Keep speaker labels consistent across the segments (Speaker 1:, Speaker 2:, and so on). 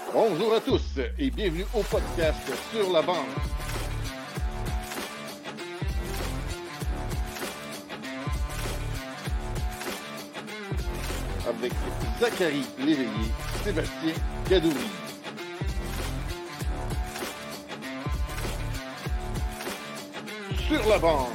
Speaker 1: Bonjour à tous et bienvenue au podcast Sur la bande. Avec Zachary Léveillé, Sébastien Gadouri. Sur la bande.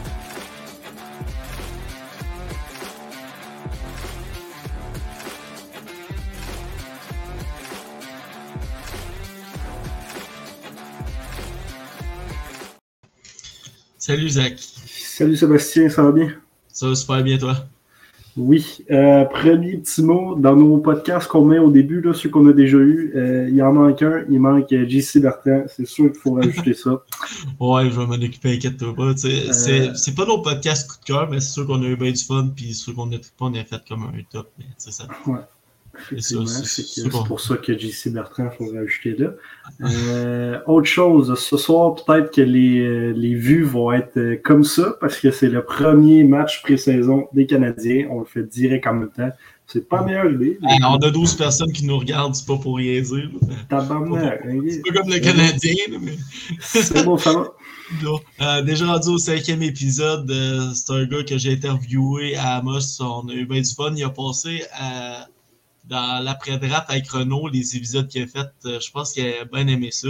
Speaker 2: Salut Zach.
Speaker 3: Salut Sébastien, ça va bien?
Speaker 2: Ça va super bien toi?
Speaker 3: Oui. Premier petit mot, dans nos podcasts qu'on met au début, là, ceux qu'on a déjà eus, il en manque un, il manque JC Bertrand. C'est sûr qu'il faut rajouter ça.
Speaker 2: Ouais, je vais m'en occuper, inquiète-toi pas. C'est pas nos podcasts coup de cœur, mais c'est sûr qu'on a eu bien du fun, puis sûr qu'on a fait comme un top. Mais c'est ça.
Speaker 3: Ouais. Effectivement, c'est pour ça que JC Bertrand, il faut rajouter là. Autre chose, ce soir, peut-être que les vues vont être comme ça, parce que c'est le premier match pré-saison des Canadiens. On le fait direct en même temps. C'est pas meilleure idée.
Speaker 2: On a 12 personnes qui nous regardent, c'est pas pour rien dire.
Speaker 3: C'est
Speaker 2: pas comme le Canadien, mais...
Speaker 3: C'est bon, ça va.
Speaker 2: Déjà rendu au 5e épisode, c'est un gars que j'ai interviewé à Amos. On a eu bien du fun. Il a passé dans l'après-draft avec Renaud, les épisodes qu'il a fait, je pense qu'il a bien aimé ça.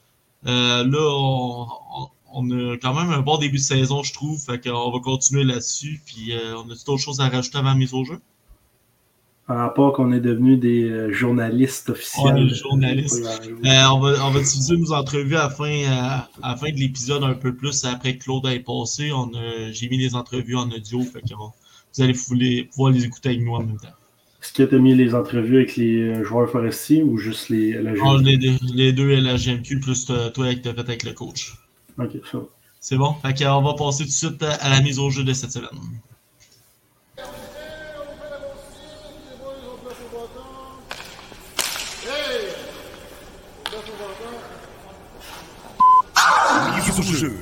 Speaker 2: Là, on a quand même un bon début de saison, je trouve. Fait qu'on va continuer là-dessus. Puis on a d'autres choses à rajouter avant la mise au jeu?
Speaker 3: Par rapport qu'on est devenus des journalistes officiels.
Speaker 2: Ouais, journalistes. On va diviser nos entrevues à la fin de l'épisode un peu plus après que Claude ait passé. J'ai mis les entrevues en audio. Fait que vous allez pouvoir les écouter avec nous en même temps.
Speaker 3: Est-ce que tu as mis les entrevues avec les joueurs forestiers ou juste la GMQ?
Speaker 2: Les deux et la GMQ, plus toi que tu as fait avec le coach.
Speaker 3: Ok, ça va.
Speaker 2: C'est bon. Fait qu'on va passer tout de suite à la mise au jeu de cette semaine.
Speaker 3: Mise au jeu.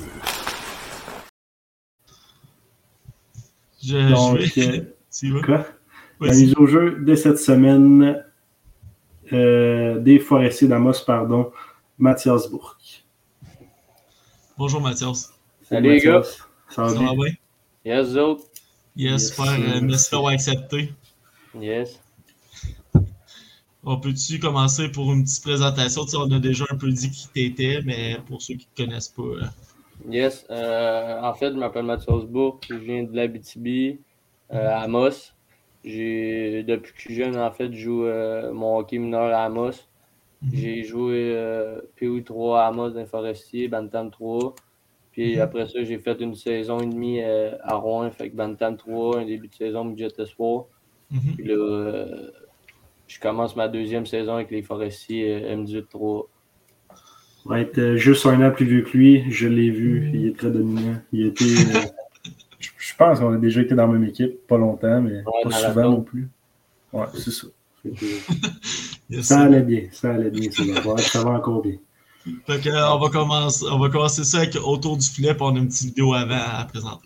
Speaker 3: Quoi? La mise au jeu de cette semaine des Forestiers d'Amos, Mathias Bourque.
Speaker 2: Bonjour Mathias.
Speaker 4: Salut les gars.
Speaker 3: Ça va bien?
Speaker 4: Yes, vous autres?
Speaker 2: Yes, super. Merci d'avoir accepté.
Speaker 4: Yes.
Speaker 2: On peut-tu commencer pour une petite présentation? Tu sais, on a déjà un peu dit qui t'étais, mais pour ceux qui ne te connaissent pas.
Speaker 4: Yes. En fait, je m'appelle Mathias Bourque. Je viens de l'Abitibi, à Amos. Depuis que je suis jeune, en fait, je joue mon hockey mineur à Amos. J'ai joué PO3 à Amos dans les Forestiers, Bantam 3. Puis après ça, j'ai fait une saison et demie à Rouen, fait que Bantam 3, un début de saison budget espoir. Puis là, je commence ma deuxième saison avec les Forestiers M18-3.
Speaker 3: Il va être juste un an plus vieux que lui. Je l'ai vu. Il est très dominant. Il était... je pense qu'on a déjà été dans la même équipe. Pas longtemps, mais pas souvent non plus. Ouais, c'est ça. Ça allait bien. Ça va encore bien.
Speaker 2: Fait que, on va commencer ça avec autour du filet, puis on a une petite vidéo avant à présenter.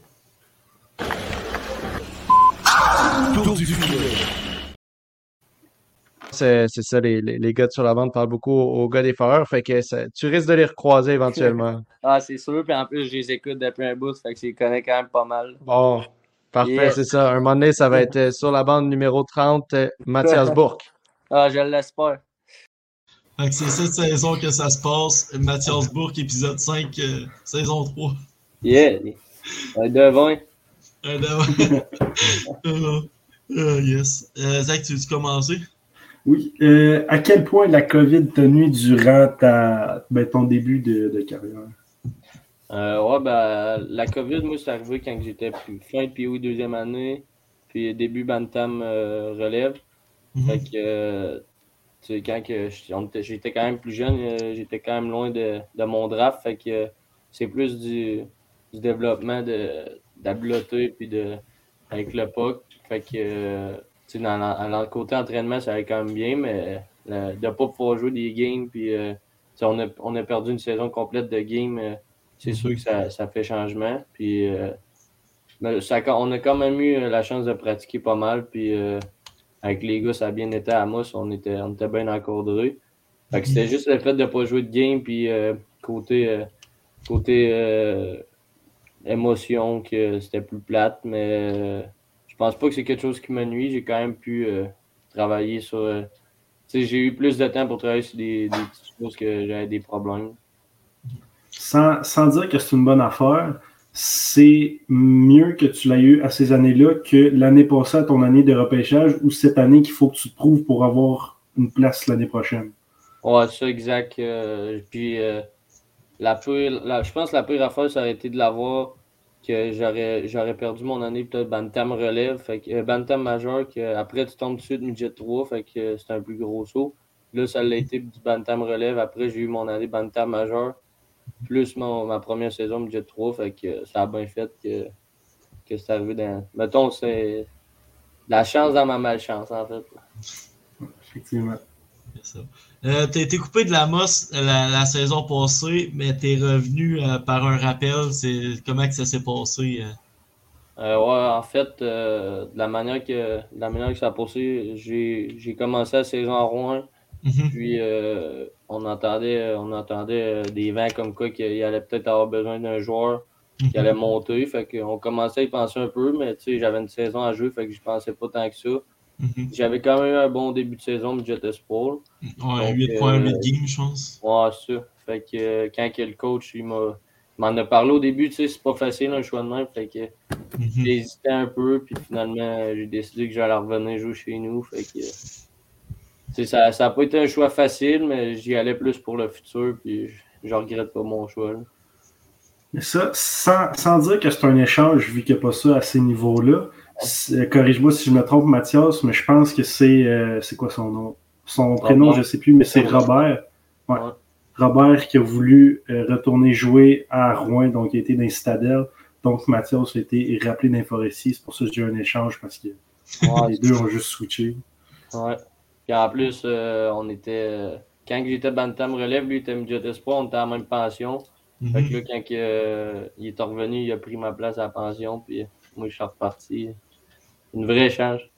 Speaker 5: Autour du filet. C'est ça, les gars de Sur la bande parlent beaucoup aux gars des Foreurs, fait que tu risques de les recroiser éventuellement.
Speaker 4: Ah, c'est sûr, puis en plus, je les écoute depuis un bout, fait que je les connais quand même pas mal.
Speaker 5: Bon, parfait, yes. C'est ça. Un moment donné, ça va être Sur la bande numéro 30, Mathias Bourque.
Speaker 4: Ah, je l'espère.
Speaker 2: Fait que c'est cette saison que ça se passe. Mathias Bourque, épisode 5, saison 3.
Speaker 4: Yeah! Un devin.
Speaker 2: Yes. Zach, tu veux commencer?
Speaker 3: Oui. À quel point la COVID t'a nuit durant ton début de carrière?
Speaker 4: La COVID, moi, c'est arrivé quand j'étais fin de PO deuxième année, puis début Bantam relève. Fait que, quand j'étais quand même plus jeune, j'étais quand même loin de mon draft. Fait que c'est plus du développement d'habileté puis avec le puck. Fait que, dans le côté entraînement, ça allait quand même bien, mais de ne pas pouvoir jouer des games, puis on a perdu une saison complète de games. C'est sûr que ça fait changement. Puis, on a quand même eu la chance de pratiquer pas mal. Puis, avec les gars, ça a bien été à Amos, on était bien encadrés. Fait que c'était juste le fait de ne pas jouer de game, puis côté émotion, que c'était plus plate, mais je pense pas que c'est quelque chose qui me nuit. J'ai quand même pu travailler sur. J'ai eu plus de temps pour travailler sur des petites choses que j'avais des problèmes.
Speaker 3: Sans dire que c'est une bonne affaire, c'est mieux que tu l'aies eu à ces années-là que l'année passée à ton année de repêchage ou cette année qu'il faut que tu te prouves pour avoir une place l'année prochaine.
Speaker 4: Ouais, ça, exact. Puis, je pense que la pire affaire, ça aurait été de l'avoir que j'aurais perdu mon année peut-être Bantam relève, fait que Bantam majeur, que après tu tombes dessus de midget 3, fait que c'est un plus gros saut. Là, ça l'a été du Bantam relève. Après, j'ai eu mon année Bantam majeur, plus ma première saison midget 3, fait que ça a bien fait que c'est arrivé dans. Mettons, c'est la chance dans ma malchance, en fait.
Speaker 3: Effectivement.
Speaker 2: C'est ça. T'as été coupé de la Moss la saison passée, mais t'es revenu par un rappel. Comment que ça s'est passé?
Speaker 4: Ouais, en fait, de la manière que ça a passé, j'ai commencé la saison à Rouen. Puis on entendait des vents comme quoi qu'il allait peut-être avoir besoin d'un joueur qui allait monter. Fait qu'on commençait à y penser un peu, mais tu sais, j'avais une saison à jouer, fait que je pensais pas tant que ça. J'avais quand même eu un bon début de saison budget espoir.
Speaker 2: Ouais, 8.8 games, je pense.
Speaker 4: Ouais, c'est ça. Fait que quand le coach il m'en a parlé au début, tu sais, c'est pas facile un choix de même. Fait que j'ai hésité un peu, puis finalement, j'ai décidé que j'allais revenir jouer chez nous. Fait que ça n'a pas été un choix facile, mais j'y allais plus pour le futur, puis je regrette pas mon choix. Là.
Speaker 3: Mais ça, sans dire que c'est un échange, vu qu'il n'y a pas ça à ces niveaux-là, corrige-moi si je me trompe, Mathias, mais je pense que c'est quoi son nom? Son prénom, je ne sais plus, mais c'est Robert. Ouais. Robert qui a voulu retourner jouer à Rouen, donc il a été dans les Citadelles. Donc Mathias a été rappelé dans les Forestiers. C'est pour ça que j'ai eu un échange, parce que les deux ont juste switché.
Speaker 4: Ouais. Puis en plus, on était. Quand j'étais Bantam relève, lui était midget espoir, on était en même pension. Fait que là, quand il est revenu, il a pris ma place à la pension, puis moi, je suis reparti. Une vraie échange.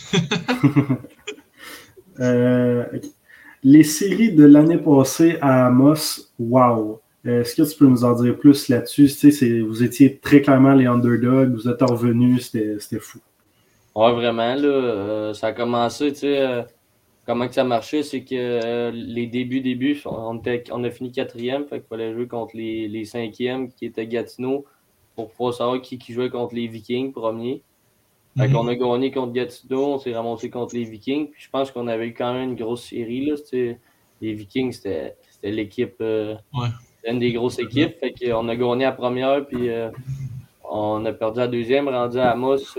Speaker 3: Les séries de l'année passée à Amos, wow! Est-ce que tu peux nous en dire plus là-dessus? Vous étiez très clairement les underdogs, vous êtes revenus, c'était fou.
Speaker 4: Ouais, vraiment, là, ça a commencé, tu sais, comment que ça marchait, c'est que les débuts, on a fini 4e, fait qu'il fallait jouer contre les 5e qui étaient Gatineau pour pouvoir savoir qui jouait contre les Vikings premiers. Fait qu'on a gagné contre Gatineau, on s'est ramassé contre les Vikings, puis je pense qu'on avait eu quand même une grosse série, là, les Vikings, c'était l'équipe, une des grosses équipes, fait qu'on a gagné la première, puis on a perdu la deuxième, rendu à Amos,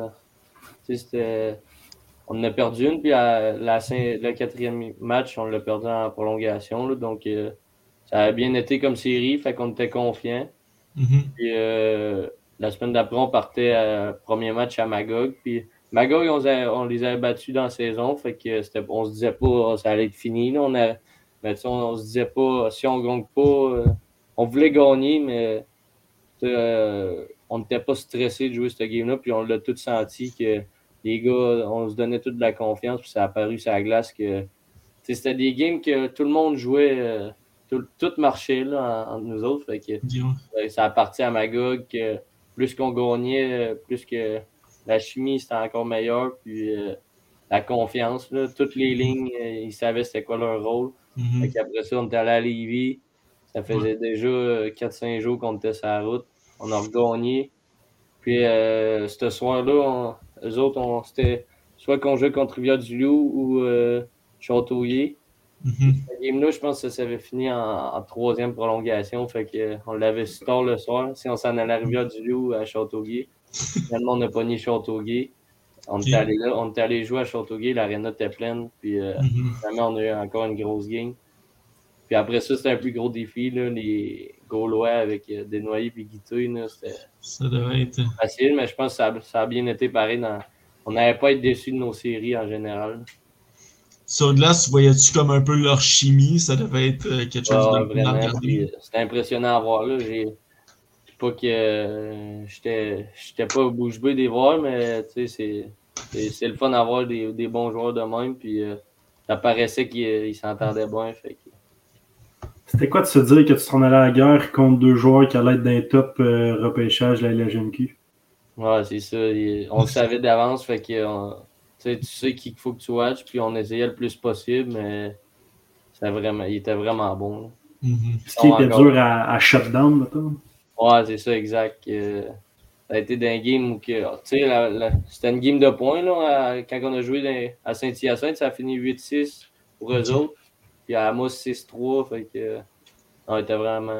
Speaker 4: on en a perdu une, puis le 4e match, on l'a perdu en prolongation. Là, donc, ça a bien été comme série, fait qu'on était confiants. Puis, la semaine d'après, on partait premier match à Magog. Puis, Magog, on les avait battus dans la saison, fait que on se disait pas ça allait être fini. Là, mais on se disait pas si on gagne pas. On voulait gagner, mais on n'était pas stressé de jouer ce game-là, puis on l'a tout senti que les gars, on se donnait toute de la confiance, puis ça a apparu sur la glace que c'était des games que tout le monde jouait, tout marchait là, entre nous autres. Fait que, ça a parti à Magog que plus qu'on gagnait, plus que la chimie c'était encore meilleur, puis la confiance, là, toutes les lignes, ils savaient c'était quoi leur rôle. Fait qu'après ça, on était allé à Lévis. Ça faisait déjà 4-5 jours qu'on était sur la route. On a regagné. Puis ce soir-là, eux autres, c'était soit qu'on jouait contre Rivière-du-Loup ou Châteauguay. Ce game-là, je pense que ça avait fini en 3e prolongation. Fait qu'on l'avait si tard le soir. Si on s'en allait à Rivière-du-Loup à Châteauguay. Finalement, on a pogné Châteauguay. On était allé là, on était allé jouer à Châteauguay, l'aréna était pleine. Puis finalement, on a eu encore une grosse game. Puis après ça, c'était un plus gros défi, là, les Gaulois avec Desnoyers et Guitouille.
Speaker 2: Ça devait être
Speaker 4: facile, mais je pense que ça a bien été pareil. On n'avait pas été déçus de nos séries en général.
Speaker 2: Sur glace, tu voyais-tu comme un peu leur chimie? Ça devait être quelque chose de
Speaker 4: vraiment à regarder. C'était impressionnant à voir. Là. Pas que j'étais pas bouche bée des voir, mais tu sais, c'est le fun d'avoir des bons joueurs de même. Puis ça paraissait qu'ils s'entendaient bien. Fait que...
Speaker 3: C'était quoi de se dire que tu t'en allais à la guerre contre 2 joueurs qui allaient être dans les top repêchage de la LGMQ?
Speaker 4: Ouais, c'est ça. On le savait d'avance. Fait que tu sais qu'il faut que tu watches. Puis on essayait le plus possible. Mais il était vraiment bon. Là.
Speaker 3: Ce qui était dur à shutdown, maintenant.
Speaker 4: Ouais, c'est ça, exact. Ça a été dans un game où tu sais, c'était une game de points là, quand on a joué à Saint-Hyacinthe, ça a fini 8-6 pour eux autres. Puis à Amos 6-3, fait que on était vraiment.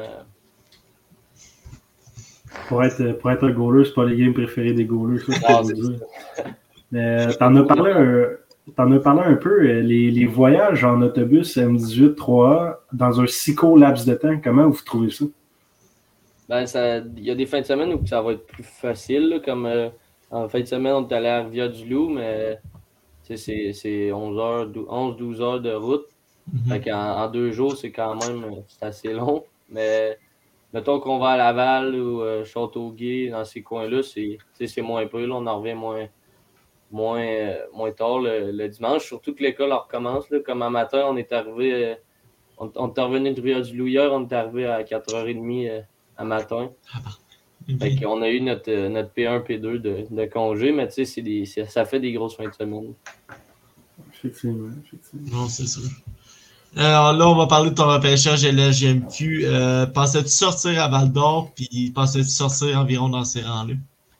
Speaker 3: Pour être un goaler, c'est pas les games préférés des goalers, ça, c'est dire. Mais t'en as parlé un peu, les voyages en autobus M18 3A dans un si court laps de temps, comment vous trouvez ça?
Speaker 4: Ben, il y a des fins de semaine où ça va être plus facile, là, comme en fin de semaine, on est allé à Rivière-du-Loup, mais c'est 11-12 heures de route. Fait qu'en 2 jours, c'est quand même c'est assez long. Mais mettons qu'on va à Laval ou Châteauguay, dans ces coins-là, c'est moins peu. Là, on en revient moins tard le dimanche. Surtout que l'école recommence. Là, comme un matin, on est arrivé. On est revenu de Rivière-du-Loup hier, on est arrivé à 4h30 à matin. Fait qu'on a eu notre P1, P2 de congé, mais tu sais, ça fait des grosses fins de semaine.
Speaker 3: Effectivement.
Speaker 2: Non, c'est sûr. Alors là, on va parler de ton repêchage à la GMQ. Pensais-tu sortir à Val-d'Or, puis pensais-tu sortir environ dans ces rangs-là?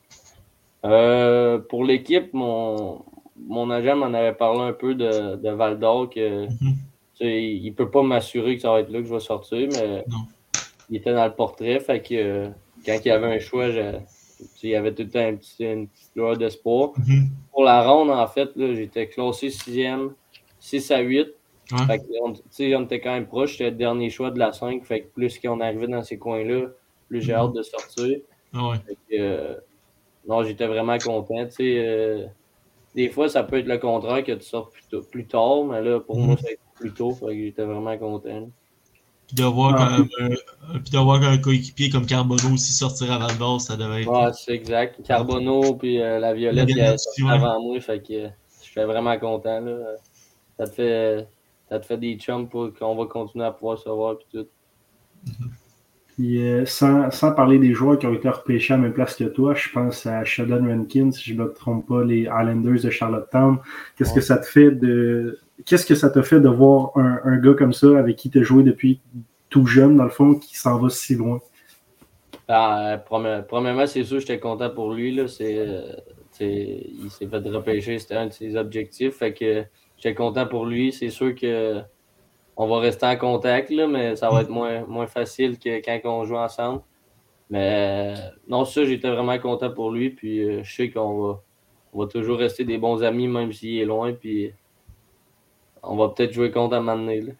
Speaker 4: Pour l'équipe, mon agent m'en avait parlé un peu de Val-d'Or, que il peut pas m'assurer que ça va être là que je vais sortir, mais il était dans le portrait, fait que quand il y avait un choix, il y avait tout le temps une petite lueur d'espoir. Pour la ronde, en fait, là, j'étais classé 6e, 6 à 8. Fait que, on était quand même proche. J'étais le dernier choix de la 5. Fait que plus qu'on arrivait dans ces coins-là, plus j'ai hâte de sortir. Fait que, non, j'étais vraiment content. Des fois, ça peut être le contraire que tu sors plus tard, mais là, pour moi, ça a été plus tôt. Fait que j'étais vraiment content.
Speaker 2: Puis d'avoir un coéquipier comme Carbonneau aussi sortir à Val-d'Or, ça devait être.
Speaker 4: Ouais, c'est exact. Carbonneau puis la Violette qui est avant moi. Fait que je suis vraiment content. Là. Ça te fait des chums pour qu'on va continuer à pouvoir se voir puis tout.
Speaker 3: Puis, sans parler des joueurs qui ont été repêchés à la même place que toi, je pense à Sheldon Rankin, si je ne me trompe pas, les Islanders de Charlottetown. Qu'est-ce que ça te fait de voir un gars comme ça avec qui tu as joué depuis tout jeune, dans le fond, qui s'en va si loin?
Speaker 4: Premièrement, c'est sûr, j'étais content pour lui. Là. Il s'est fait repêcher, c'était un de ses objectifs. Fait que j'étais content pour lui. C'est sûr que on va rester en contact, là, mais ça va être moins facile que quand on joue ensemble. Mais non, ça, j'étais vraiment content pour lui. Puis je sais qu'on va toujours rester des bons amis, même s'il est loin. Puis on va peut-être jouer contre à un moment donné, là.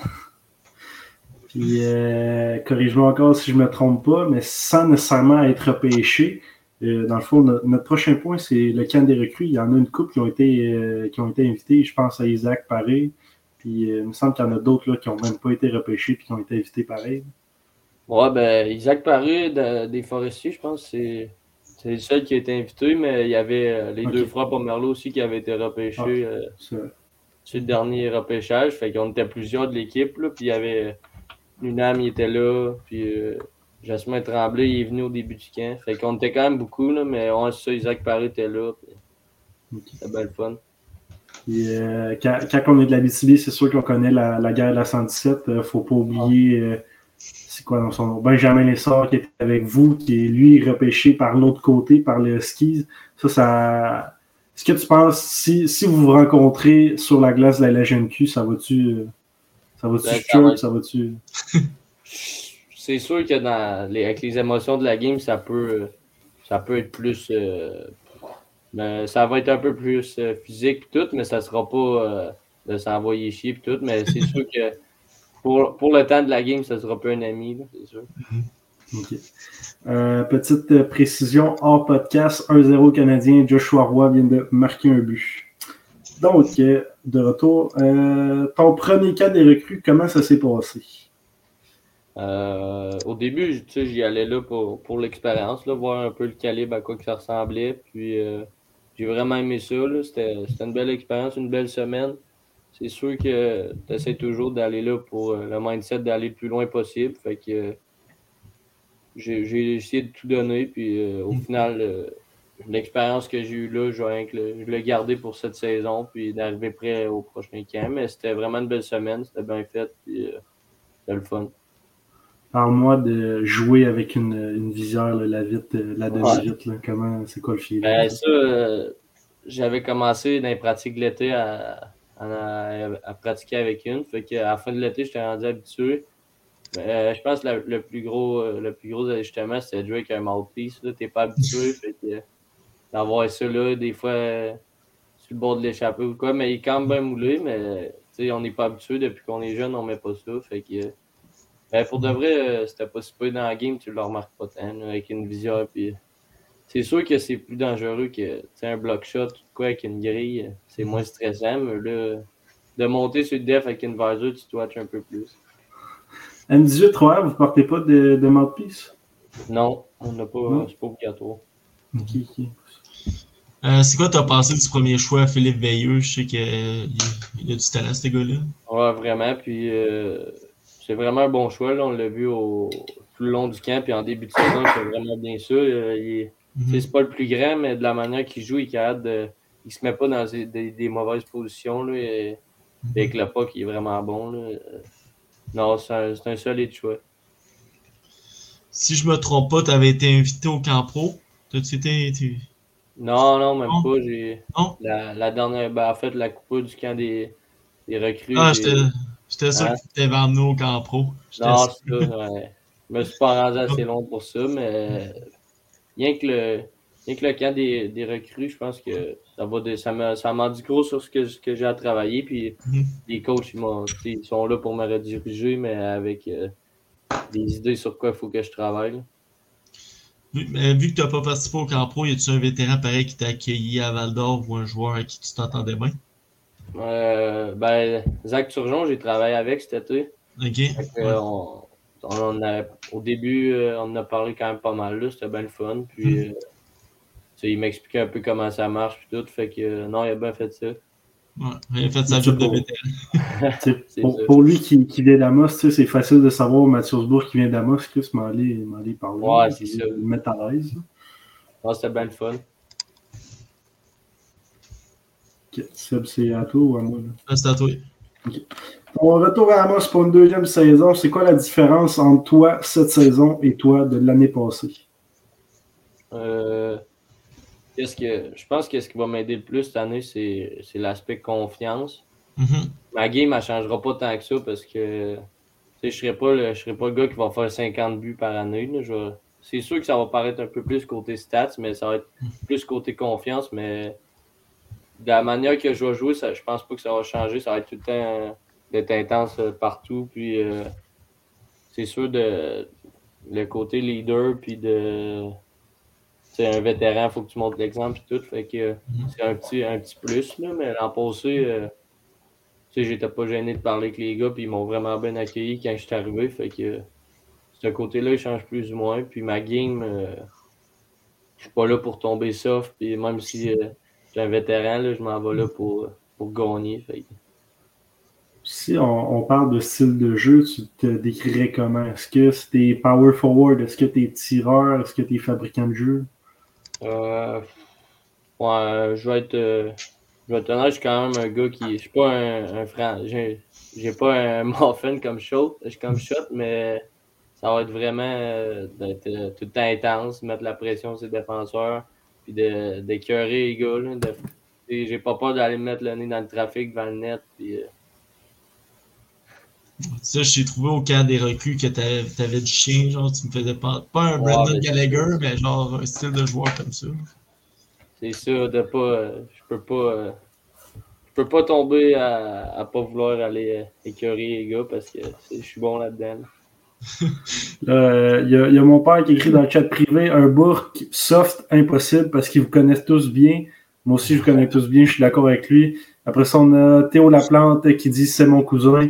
Speaker 3: Puis, corrige-moi encore si je me trompe pas, mais sans nécessairement être repêché, dans le fond, notre prochain point, c'est le camp des recrues. Il y en a une couple qui ont été invités. Je pense à Isaac Paré. Puis, il me semble qu'il y en a d'autres là, qui n'ont même pas été repêchés et qui ont été invités pareil.
Speaker 4: Ouais, ben, Isaac Paré des Forestiers, je pense c'est le seul qui a été invité, mais il y avait les deux frères Pomerleau aussi qui avaient été repêchés sur le dernier repêchage. Fait qu'on était plusieurs de l'équipe, là, puis il y avait Lunam, il était là, puis Jasmin Tremblay, il est venu au début du camp. Fait qu'on était quand même beaucoup, là, mais ouais, c'est ça, Isaac Paré était là. C'était bien le fun.
Speaker 3: Puis, quand on est de l'Abitibi, c'est sûr qu'on connaît la guerre de la 117. Faut pas oublier, c'est quoi dans son nom? Benjamin Lessard qui était avec vous, qui est lui repêché par l'autre côté, par le Skis. Ça. Est-ce que tu penses, si vous vous rencontrez sur la glace de la LGMQ, ça va-tu
Speaker 4: C'est sûr que avec les émotions de la game, ça peut être plus. Mais ça va être un peu plus physique et tout, mais ça sera pas de s'envoyer chier et tout. Mais c'est sûr que pour le temps de la game, ça sera pas un ami, là, c'est sûr.
Speaker 3: OK. Petite précision hors podcast, 1-0 Canadien, Joshua Roy vient de marquer un but. Donc, de retour, ton premier cas des recrues, comment ça s'est passé?
Speaker 4: Au début, j'y allais là pour l'expérience, là, voir un peu le calibre à quoi que ça ressemblait. Puis j'ai vraiment aimé ça. C'était une belle expérience, une belle semaine. C'est sûr que tu essaies toujours d'aller là pour le mindset d'aller le plus loin possible. Fait que j'ai essayé de tout donner. Puis au final, l'expérience que j'ai eue là, je l'ai gardée pour cette saison. Puis d'arriver prêt au prochain camp. Mais c'était vraiment une belle semaine. C'était bien fait. Puis c'était le fun.
Speaker 3: Parle-moi de jouer avec une visière, là, la demi-vitre. Comment, c'est quoi le feeling?
Speaker 4: Ben, ça, j'avais commencé dans les pratiques de l'été à pratiquer avec une. Fait qu'à la fin de l'été, j'étais rendu habitué. Je pense que le plus gros ajustement, c'était de jouer avec un mouthpiece. T'es pas habitué. Fait que d'avoir ça là, des fois sur le bord de l'échappée ou quoi, mais il est quand même bien moulé, mais on n'est pas habitué depuis qu'on est jeune, on met pas ça. Fait que pour de vrai, c'était pas si peu dans la game, tu le remarques pas tant là, avec une visière. Puis c'est sûr que c'est plus dangereux que un block shot ou quoi avec une grille. C'est moins stressant, mais là, de monter sur le def avec une visor, tu te watches un peu plus.
Speaker 3: M18-3R, vous portez pas de mouthpiece?
Speaker 4: Non, on n'a pas. C'est pas obligatoire.
Speaker 3: Ok.
Speaker 2: C'est quoi t'as pensé du premier choix à Philippe Veilleux? Je sais qu'il y a du talent, ce gars-là.
Speaker 4: Ouais, vraiment. Puis c'est vraiment un bon choix. Là. On l'a vu tout le long du camp. Puis en début de saison, il fait vraiment bien ça. C'est pas le plus grand, mais de la manière qu'il joue, il se met pas dans des mauvaises positions. Là, et avec le puck, il est vraiment bon. Là. Non, c'est un solide choix.
Speaker 2: Si je me trompe pas, tu avais été invité au camp pro. T'as-tu été.
Speaker 4: Non, même
Speaker 2: Non?
Speaker 4: pas.
Speaker 2: Non?
Speaker 4: La dernière, en fait, la coupe du camp des recrues.
Speaker 2: Ah, j'étais sûr que tu t'avais emmené au camp pro.
Speaker 4: Non, c'est ça. Ouais. Je me suis pas rendu assez long pour ça, mais rien que le camp des recrues, je pense que ça m'en dit gros sur ce que j'ai à travailler. Puis les coachs, ils sont là pour me rediriger, mais avec des idées sur quoi il faut que je travaille.
Speaker 2: Vu que tu n'as pas participé au camp pro, y a-tu un vétéran pareil qui t'a accueilli à Val d'Or ou un joueur à qui tu t'entendais bien?
Speaker 4: Zach Turgeon, j'ai travaillé avec cet été.
Speaker 2: Ok.
Speaker 4: Au début, on en a parlé quand même pas mal là, c'était bien le fun. Puis il m'expliquait un peu comment ça marche puis tout. Fait que non, il a bien fait ça.
Speaker 2: Ouais, il a fait sa job de vétéran.
Speaker 3: Pour lui qui vient d'Amos, c'est facile de savoir Mathieu-Bourg qui vient d'Amos, Chris m'en aller parler.
Speaker 4: Ouais, c'est ça.
Speaker 3: Le mettre à l'aise.
Speaker 4: Ouais, c'était bien le fun.
Speaker 3: Ok, Seb, c'est à toi ou à moi?
Speaker 2: C'est à toi.
Speaker 3: Okay. On retourne à Amos pour une deuxième saison. C'est quoi la différence entre toi cette saison et toi de l'année passée?
Speaker 4: Je pense que ce qui va m'aider le plus cette année, c'est l'aspect confiance.
Speaker 2: Mm-hmm.
Speaker 4: Ma game, elle ne changera pas tant que ça parce que je ne serai pas le gars qui va faire 50 buts par année. Là. C'est sûr que ça va paraître un peu plus côté stats, mais ça va être plus côté confiance. Mais de la manière que je vais jouer, je pense pas que ça va changer. Ça va être tout le temps d'être intense partout. Puis c'est sûr le côté leader, puis c'est un vétéran, il faut que tu montres l'exemple et tout. Fait que c'est un petit plus. Là, mais l'an passé, j'étais pas gêné de parler avec les gars, puis ils m'ont vraiment bien accueilli quand je suis arrivé. Fait que ce côté-là, il change plus ou moins. Puis ma game, je suis pas là pour tomber soft. Puis même si j'ai un vétéran, là, je m'en vais là pour gagner. Fait que...
Speaker 3: Si on parle de style de jeu, tu te décrirais comment? Est-ce que c'est power forward? Est-ce que tu es tireur? Est-ce que tu es fabricant de jeu?
Speaker 4: Ouais, je vais être honnête, je suis quand même un gars qui. Je suis pas un franc. J'ai pas un muffin comme shot, mais ça va être vraiment d'être tout le temps intense, mettre la pression sur les défenseurs, puis d'écœurer les gars. Là, j'ai pas peur d'aller mettre le nez dans le trafic devant le net. Puis,
Speaker 2: ça, je t'ai trouvé au camp des recrues que t'avais du chien, genre tu me faisais pas un Brendan Gallagher, mais genre un style de joueur comme ça.
Speaker 4: C'est sûr de pas. Je peux pas tomber à pas vouloir aller écœurer les gars parce que je suis bon là-dedans.
Speaker 3: Il y a mon père qui écrit dans le chat privé un bourg soft impossible parce qu'ils vous connaissent tous bien. Moi aussi, je vous connais tous bien, je suis d'accord avec lui. Après ça, on a Théo Laplante qui dit c'est mon cousin.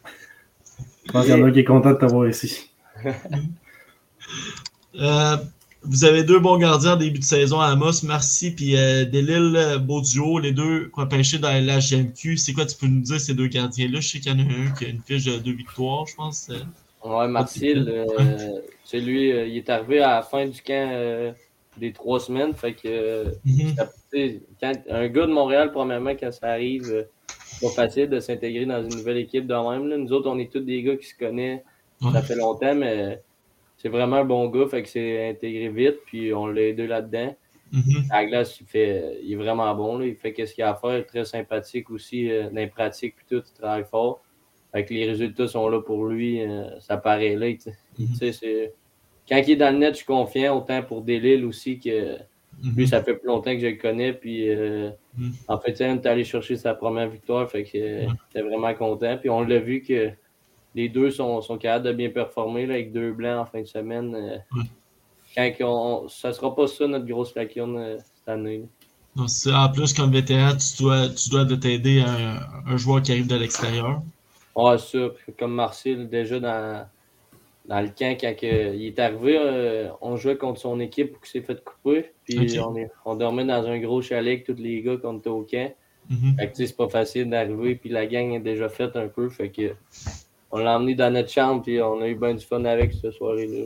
Speaker 3: Je pense qu'il y en a un qui est content de t'avoir ici.
Speaker 2: Vous avez 2 bons gardiens en début de saison, Amos, Marcy puis Delille, beau duo, les deux repêchés dans la GMQ. C'est quoi tu peux nous dire ces 2 gardiens-là? Je sais qu'il y en a un qui a une fiche de 2 victoires, je pense.
Speaker 4: Ouais, Marcel, c'est lui, il est arrivé à la fin du camp des 3 semaines. Fait que quand un gars de Montréal, premièrement, quand ça arrive, c'est pas facile de s'intégrer dans une nouvelle équipe de même. Là. Nous autres, on est tous des gars qui se connaissent. Ça fait longtemps, mais c'est vraiment un bon gars. Fait que c'est intégré vite, puis on l'a aidé là-dedans. À la glace, il est vraiment bon. Là. Il fait ce qu'il a à faire, il est très sympathique aussi. Dans les pratiques, puis tout, il travaille fort. Fait que les résultats sont là pour lui. Ça paraît là. Quand il est dans le net, je suis confiant, autant pour Delille aussi que lui, ça fait plus longtemps que je le connais. Puis en fait, il est allé chercher sa première victoire. Fait que j'étais vraiment content. Puis on l'a vu que les deux sont capables de bien performer là, avec 2 blancs en fin de semaine. Ça sera pas ça notre grosse lacune cette année.
Speaker 2: Donc, en plus, comme vétéran, tu dois de t'aider un joueur qui arrive de l'extérieur.
Speaker 4: Ouais, ça. Comme Marcel, déjà dans le camp, quand il est arrivé, on jouait contre son équipe qui s'est fait couper. Puis on dormait dans un gros chalet avec tous les gars qu'on était au camp. Fait que c'est pas facile d'arriver. Puis la gang est déjà faite un peu. Fait que on l'a emmené dans notre chambre. Puis on a eu bien du fun avec cette soirée-là.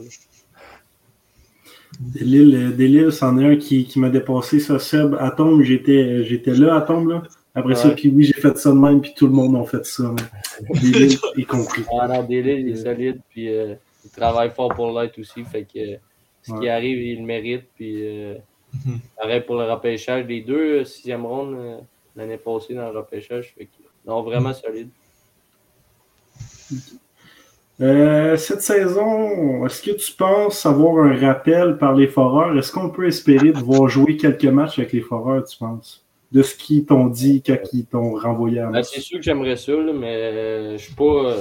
Speaker 3: Delille, c'en est un qui m'a dépassé, ça, Seb. À Tombe, j'étais là à Tombe, là. Après ça, puis oui, j'ai fait ça de même, puis tout le monde a fait ça. Delille y compris.
Speaker 4: Non, Delille, il est solide, puis il travaille fort pour l'être aussi. Fait que ce qui arrive, il le mérite. Puis pareil pour le repêchage. Les 2 6e ronde l'année passée dans le repêchage. Fait que, non, vraiment solide.
Speaker 3: Cette saison, est-ce que tu penses avoir un rappel par les Foreurs? Est-ce qu'on peut espérer de voir jouer quelques matchs avec les Foreurs, tu penses? De ce qu'ils t'ont dit quand ils t'ont renvoyé à match?
Speaker 4: C'est sûr que j'aimerais ça, là, mais je suis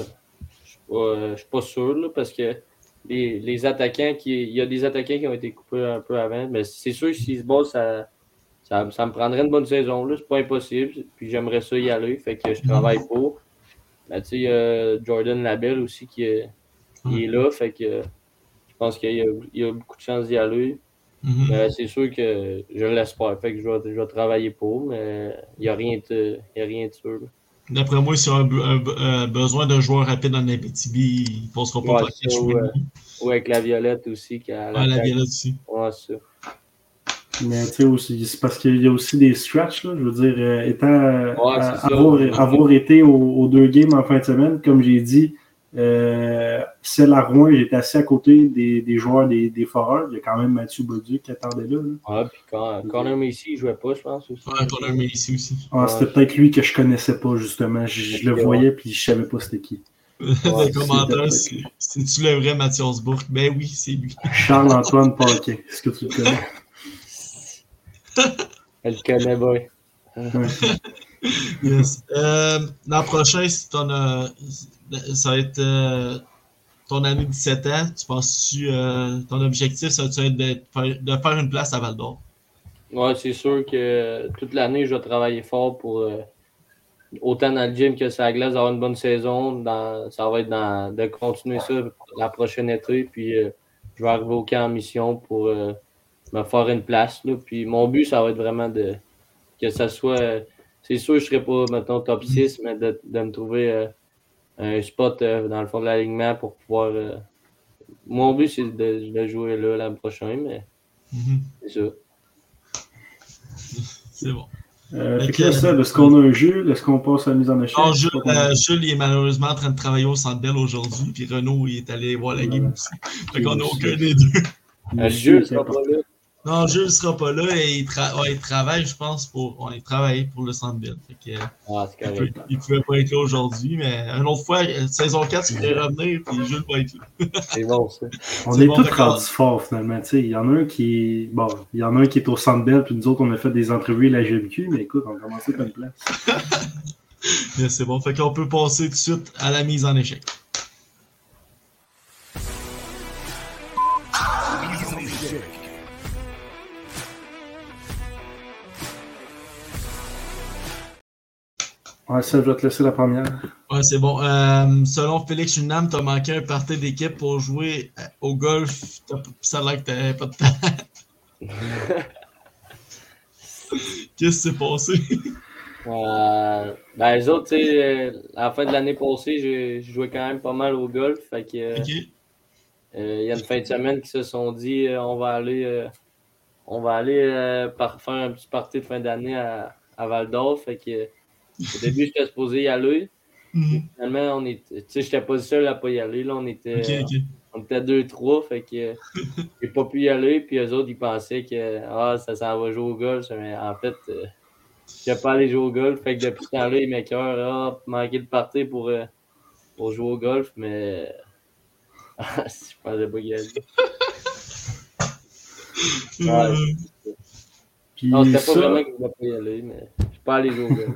Speaker 4: pas sûr là, parce que les attaquants, il y a des attaquants qui ont été coupés un peu avant, mais c'est sûr que s'ils se battent, ça me prendrait une bonne saison. Là, c'est pas impossible, puis j'aimerais ça y aller, fait que je travaille pour. Ben, tu sais, Jordan Labelle aussi qui est là, fait que je pense qu'il y a beaucoup de chances d'y aller. C'est sûr que je l'espère, fait que je vais travailler pour, mais il n'y a rien de sûr. Là.
Speaker 2: D'après moi, s'il y a un besoin d'un joueur rapide en Abitibi, il ne passera pas par quelque
Speaker 4: ou avec la Violette aussi.
Speaker 2: La Violette aussi.
Speaker 4: Ouais, c'est ça.
Speaker 3: Mais tu sais aussi, c'est parce qu'il y a aussi des stretches, là. Je veux dire, avoir été aux 2 games en fin de semaine, comme j'ai dit, celle à Rouen, j'étais assis à côté des joueurs des Foreurs. Il y a quand même Mathieu Bauduc qui attendait là.
Speaker 4: Ah, puis Connor Macy, il jouait pas, je pense aussi.
Speaker 2: Ouais, Connor Macy aussi.
Speaker 3: C'était peut-être lui que je connaissais pas, justement. Je le voyais, puis je savais pas c'était qui.
Speaker 2: Des commentaires, c'est-tu le vrai Mathias Bourque? Ben oui, c'est lui.
Speaker 3: Charles-Antoine Paquin, est-ce que tu le connais?
Speaker 4: Elle le connaît bien.
Speaker 2: Yes. L'an prochain, ça va être ton année de 17 ans. Tu penses-tu ton objectif, ça va être de faire une place à Val d'Or?
Speaker 4: Ouais, c'est sûr que toute l'année, je vais travailler fort pour autant dans le gym que sur la glace, d'avoir une bonne saison. Ça va être de continuer ça la prochaine été. Puis je vais arriver au camp en mission pour me faire une place. Là. Puis mon but, ça va être vraiment que ça soit. C'est sûr que je ne serai pas, mettons, top 6, mais de me trouver un spot dans le fond de l'alignement pour pouvoir. Mon but, c'est de jouer là l'an prochain, mais c'est ça.
Speaker 2: C'est bon.
Speaker 3: Fait que là, ça, est-ce qu'on a un Jules? Est-ce qu'on passe à la mise en échec?
Speaker 2: Non, Jules, il est malheureusement en train de travailler au Centre Bell aujourd'hui, puis Renaud, il est allé voir la game aussi. Fait qu'on n'a aucun des deux.
Speaker 4: Jules sera pas là.
Speaker 2: Non, Jules ne sera pas là et il travaille, je pense, il travaille pour le Centre Bell. Fait que, il ne pouvait pas être là aujourd'hui, mais une autre fois, saison 4, il pourrait revenir, puis Jules va être là.
Speaker 4: C'est bon, ça.
Speaker 3: On est tous rendus forts, finalement. Il y en a un qui est au Centre Bell, puis nous autres, on a fait des entrevues à la GMQ, mais écoute, on a commencé par une place.
Speaker 2: Mais c'est bon, fait qu'on peut passer tout de suite à la mise en échec.
Speaker 3: Ouais, ça, je vais te laisser la première.
Speaker 2: Ouais, c'est bon. Selon Félix Unam, t'as manqué un party d'équipe pour jouer au golf. Ça a l'air que t'avais pas de temps. Qu'est-ce qui s'est passé?
Speaker 4: Ben, les autres, tu sais, à la fin de l'année passée, j'ai joué quand même pas mal au golf. Fait que,
Speaker 2: Ok.
Speaker 4: il y a une fin de semaine qui se sont dit on va aller faire un petit party de fin d'année à Val d'Or. Fait que au début, j'étais supposé y aller. Puis finalement, tu sais, j'étais pas le seul à pas y aller. Là, on était 2-3. Fait que j'ai pas pu y aller. Puis eux autres, ils pensaient que ça s'en va jouer au golf. Mais en fait, j'ai pas allé jouer au golf. Fait que depuis ce temps-là, ils m'écœurent. Manquer de party pour jouer au golf. Mais je pensais pas y aller. Ouais.
Speaker 3: Puis
Speaker 4: Non, c'était
Speaker 3: ça,
Speaker 4: pas vraiment que je voulais pas y aller, mais je suis pas allé jouer au golf.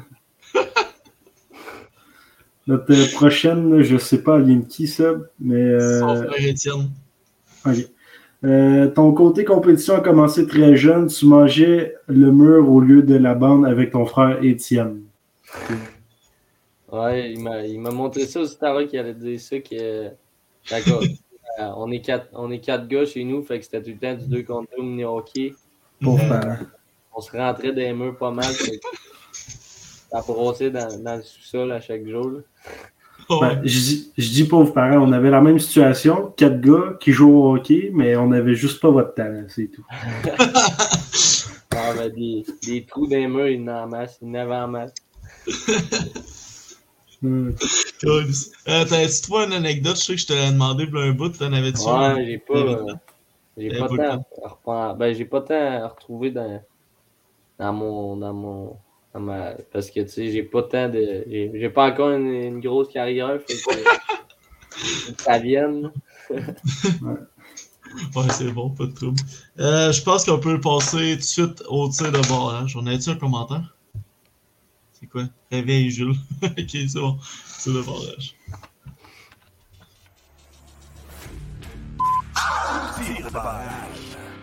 Speaker 3: notre prochaine, je sais pas, elle vient de qui, ça, mais...
Speaker 2: Son frère Étienne.
Speaker 3: OK. Ton côté compétition a commencé très jeune. Tu mangeais le mur au lieu de la bande avec ton frère Étienne.
Speaker 4: Ouais, il m'a montré ça aussi tout à l'heure qu'il allait dire ça que d'accord. On est quatre gars chez nous, fait que c'était tout le temps du 2 contre 2 mini hockey.
Speaker 3: Pauvre parent.
Speaker 4: On se rentrait dans les murs pas mal. Ça brossait dans le sous-sol à chaque jour. Là.
Speaker 3: Ben, je dis pauvre parent, on avait la même situation, 4 gars qui jouent au hockey, mais on n'avait juste pas votre talent, c'est tout.
Speaker 4: Ben, des trous dans les murs, il y en a en masse, il y en avait en masse.
Speaker 2: T'as-tu trouvé une anecdote? Je sais que je te l'ai demandé pour un bout, t'en avais-tu?
Speaker 4: Ouais, j'ai pas de temps à retrouver parce que tu sais, j'ai pas de temps j'ai pas encore une grosse carrière, fait que ça vienne.
Speaker 2: Ouais, c'est bon, pas de trouble. Je pense qu'on peut passer tout de suite au tir de barrage. On a-tu un commentaire? C'est quoi? Réveille Jules. Ok, c'est bon. Tir de barrage.
Speaker 6: Tir de barrage.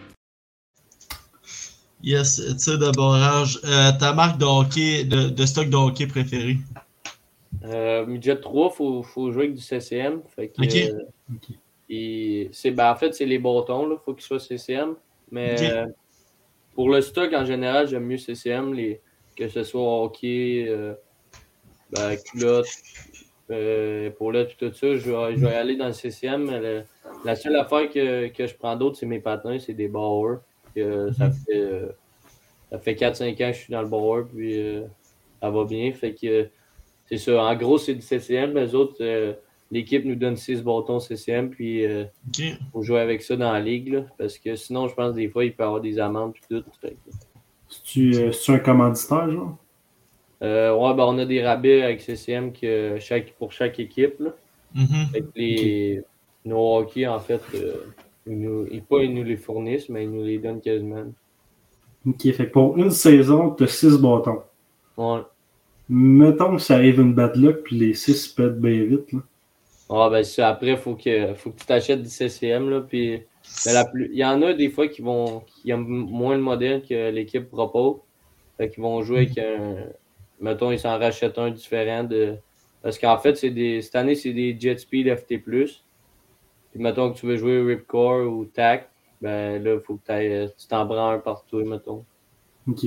Speaker 2: Yes, tir de barrage. Ta marque de hockey, de stock de hockey préférée?
Speaker 4: Midget 3, faut jouer avec du CCM. Fait que,
Speaker 2: Ok.
Speaker 4: En fait, c'est les bâtons, là, faut qu'ils soient CCM. Mais pour le stock, en général, j'aime mieux CCM, que ce soit hockey, culotte, épaulettes, tout ça. Je vais aller dans le CCM. Mais la seule affaire que je prends d'autre, c'est mes patins, c'est des Bauer. Ça fait 4-5 ans que je suis dans le Bauer, puis ça va bien. Fait que c'est ça. En gros, c'est du CCM. Les autres, l'équipe nous donne 6 bâtons CCM, puis faut jouer avec ça dans la ligue. Là, parce que sinon, je pense que des fois, il peut y avoir des amendes et tout.
Speaker 3: C'est un commanditaire, genre?
Speaker 4: Ouais, on a des rabais avec CCM pour chaque équipe. Là. Fait que nos hockey, en fait, ils nous les fournissent, mais ils nous les donnent quasiment.
Speaker 3: Ok, fait que pour une saison, tu as 6 bâtons.
Speaker 4: Ouais.
Speaker 3: Mettons que ça arrive une bad luck, puis les 6 pètent bien vite. Là.
Speaker 4: Après, faut que tu t'achètes du CCM. Là, puis, il y en a des fois qui aiment moins le modèle que l'équipe propose. Fait qu'ils vont jouer avec mettons, ils s'en rachètent un différent parce qu'en fait, cette année, c'est des Jet Speed FT+. Puis mettons que tu veux jouer Ripcore ou TAC, ben là, il faut que tu t'en prends un partout, mettons.
Speaker 3: Ok.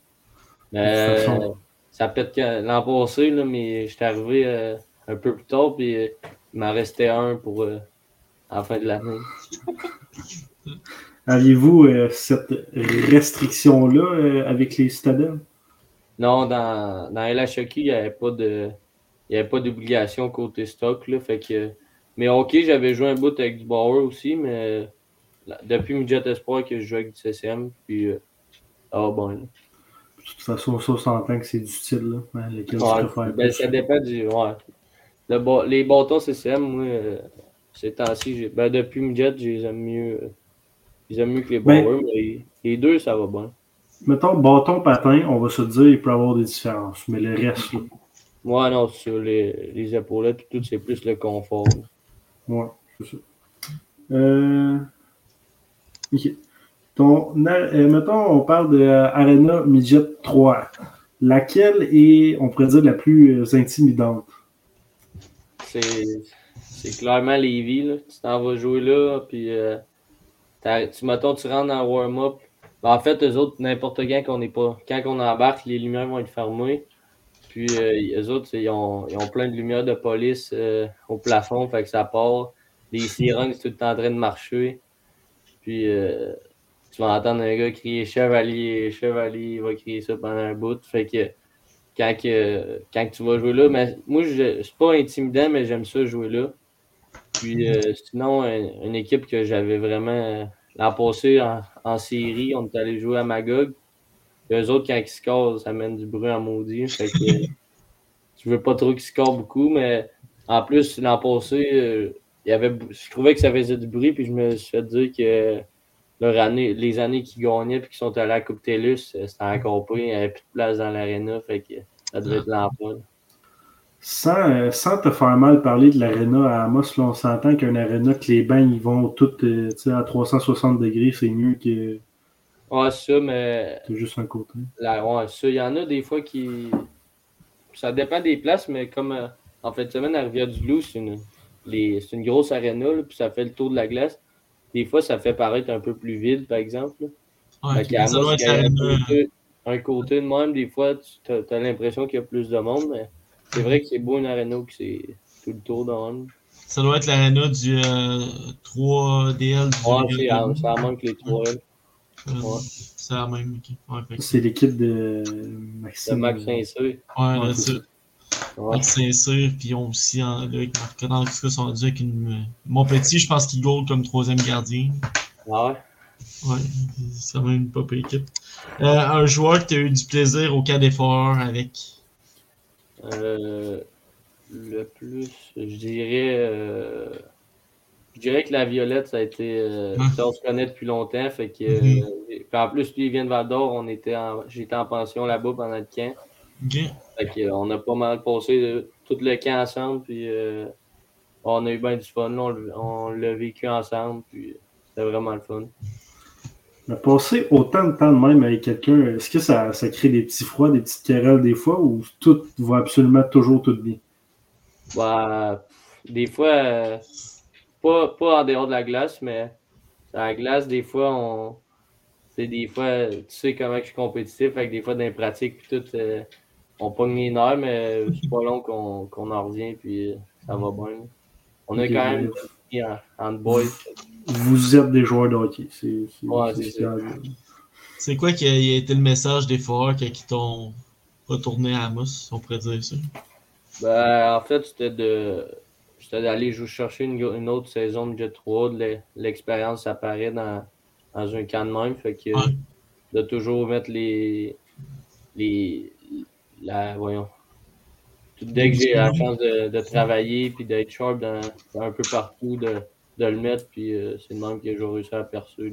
Speaker 4: Ça pète l'an passé, là, mais j'étais arrivé un peu plus tard, puis il m'en restait un pour à la fin de l'année.
Speaker 3: Aviez-vous cette restriction-là avec les citadins?
Speaker 4: Non, dans LHOQ, il n'y avait pas d'obligation côté stock. Là, fait que, mais OK, j'avais joué un bout avec du Bauer aussi, mais depuis Midget Espoir que je joue avec du CCM, puis bon. Là.
Speaker 3: De toute façon, ça, on s'entend que c'est du style, là, lequel tu préfères plus.
Speaker 4: Ça dépend du... Ouais. Les bâtons CCM, moi, ces temps-ci, depuis Midget, je les aime mieux. Je les aime mieux que les Bauer, mais les deux, ça va bien.
Speaker 3: Mettons, bâton, patin, on va se dire, il peut y avoir des différences, mais le reste, là.
Speaker 4: Ouais, non, sur les épaulettes et tout, c'est plus le confort.
Speaker 3: Ouais, c'est ça. OK. Mettons, on parle de Arena Midget 3. laquelle est, on pourrait dire, la plus intimidante?
Speaker 4: C'est clairement Lévis. Là. Tu t'en vas jouer là, puis mettons, tu rentres dans le warm-up. Ben, en fait, eux autres, n'importe quand on embarque, les lumières vont être fermées. Puis eux autres, ils ont plein de lumières de police au plafond, fait que ça part. Les sirènes, c'est tout le temps en train de marcher. Puis tu vas entendre un gars crier Chevalier, Chevalier, il va crier ça pendant un bout. Fait que quand tu vas jouer là, mais moi, c'est pas intimidant, mais j'aime ça jouer là. Puis sinon, une équipe que j'avais vraiment l'an passé en série, on est allé jouer à Magog. Puis eux autres, quand ils scorent, ça mène du bruit en maudit. Fait que je veux pas trop qu'ils scorent beaucoup, mais en plus, l'an passé, je trouvais que ça faisait du bruit, puis je me suis fait dire que les années qu'ils gagnaient puis qu'ils sont allés à la Coupe TELUS, c'était encore pire, il n'y avait plus de place dans l'aréna, fait que ça devait être l'emploi.
Speaker 3: Sans te faire mal parler de l'aréna à Amos, là, on s'entend qu'un aréna que les bancs ils vont toutes à 360 degrés, c'est mieux que.
Speaker 4: Ouais, ça, mais.
Speaker 3: C'est juste un côté.
Speaker 4: Ouais, ça, il y en a des fois qui. Ça dépend des places, mais comme en fin de semaine à Rivière-du-Loup, c'est une grosse aréna, là, puis ça fait le tour de la glace. Des fois, ça fait paraître un peu plus vide, par exemple.
Speaker 2: Ouais, ça doit être l'aréna.
Speaker 4: Un côté de même, des fois, tu as l'impression qu'il y a plus de monde, mais c'est vrai que c'est beau une aréna que c'est tout le tour de même.
Speaker 2: Ça doit être l'aréna du 3DL.
Speaker 4: Ouais, ça manque les 3L.
Speaker 2: Ouais. C'est la même. Ouais,
Speaker 3: c'est l'équipe de Maxime.
Speaker 4: De Max Saint-Cyr.
Speaker 2: Ouais, c'est ça. Max Saint-Cyr, puis ils ont aussi avec Marc-André, en tout cas, sont avec mon petit, je pense qu'il goal comme troisième gardien.
Speaker 4: Ah ouais?
Speaker 2: Ouais, c'est quand même une pas équipe. Un joueur que tu as eu du plaisir au cas des foreurs avec?
Speaker 4: Le plus, je dirais que la Violette, ça a été. On se connaît depuis longtemps. Fait que, puis en plus, lui, il vient de Val d'Or. J'étais en pension là-bas pendant le camp.
Speaker 2: Okay.
Speaker 4: Fait que, on a pas mal passé tout le camp ensemble. Puis on a eu bien du fun. On l'a vécu ensemble. Puis c'était vraiment le fun.
Speaker 3: Mais passer autant de temps de même avec quelqu'un, est-ce que ça crée des petits froids, des petites querelles des fois, ou tout va absolument toujours tout bien?
Speaker 4: Bah, des fois, pas en dehors de la glace, mais à la glace, des fois, tu sais comment je suis compétitif, avec des fois, dans les pratiques, puis tout, on pogne les nerfs, mais c'est pas long qu'on en revient, puis ça va bien. On a quand même mis en boys.
Speaker 3: Vous êtes des joueurs de hockey. C'est
Speaker 4: ça.
Speaker 2: C'est quoi qui a été le message des foreurs qui t'ont retourné à Amos, on pourrait dire ça?
Speaker 4: Ben, en fait, c'était d'aller chercher une autre saison de Jet 3. L'expérience apparaît dans un camp de même. Fait que de toujours mettre voyons. Dès que j'ai la chance de travailler puis d'être sharp un peu partout, de le mettre, puis c'est le même que j'ai réussi à percer.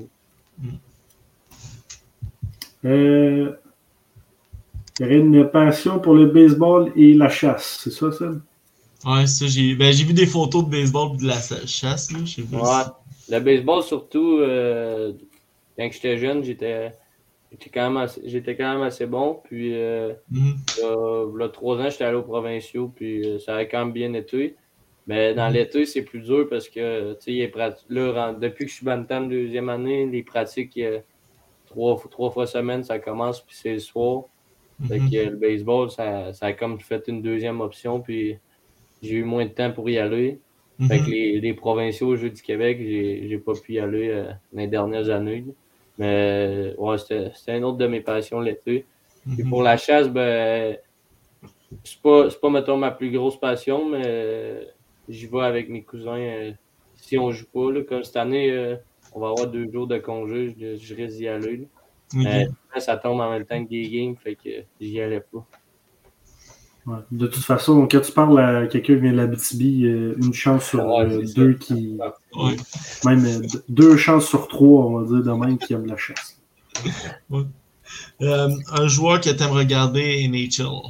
Speaker 3: Il y aurait une passion pour le baseball et la chasse, c'est ça, ça?
Speaker 2: Ouais, ça, j'ai vu des photos de baseball et de la chasse, là, je sais pas.
Speaker 4: Le baseball, surtout, quand j'étais jeune, j'étais quand même assez bon. Puis, il y a 3 ans, j'étais allé aux provinciaux, puis ça a quand même bien été. Mais dans l'été, c'est plus dur parce que, tu sais, là, depuis que je suis bantam deuxième année, les pratiques, 3 fois semaine, ça commence, puis c'est le soir. Fait que le baseball, ça a comme fait une deuxième option, puis j'ai eu moins de temps pour y aller. Fait que les provinciaux aux Jeux du Québec, j'ai pas pu y aller dans les dernières années. Mais ouais, c'était une autre de mes passions l'été. Puis pour la chasse, ben c'est pas mettons ma plus grosse passion, mais j'y vais avec mes cousins si on joue pas. Là, comme cette année, on va avoir 2 jours de congé, je risque d'y aller. Mais ça tombe en même temps que des games, fait que j'y allais pas.
Speaker 3: Ouais. De toute façon, quand tu parles à quelqu'un qui vient de l'Abitibi, une chance sur 2 qui.
Speaker 2: Ouais.
Speaker 3: Même 2 chances sur 3, on va dire, de même qui aiment la chasse.
Speaker 2: Ouais. Un joueur que tu aimes regarder NHL?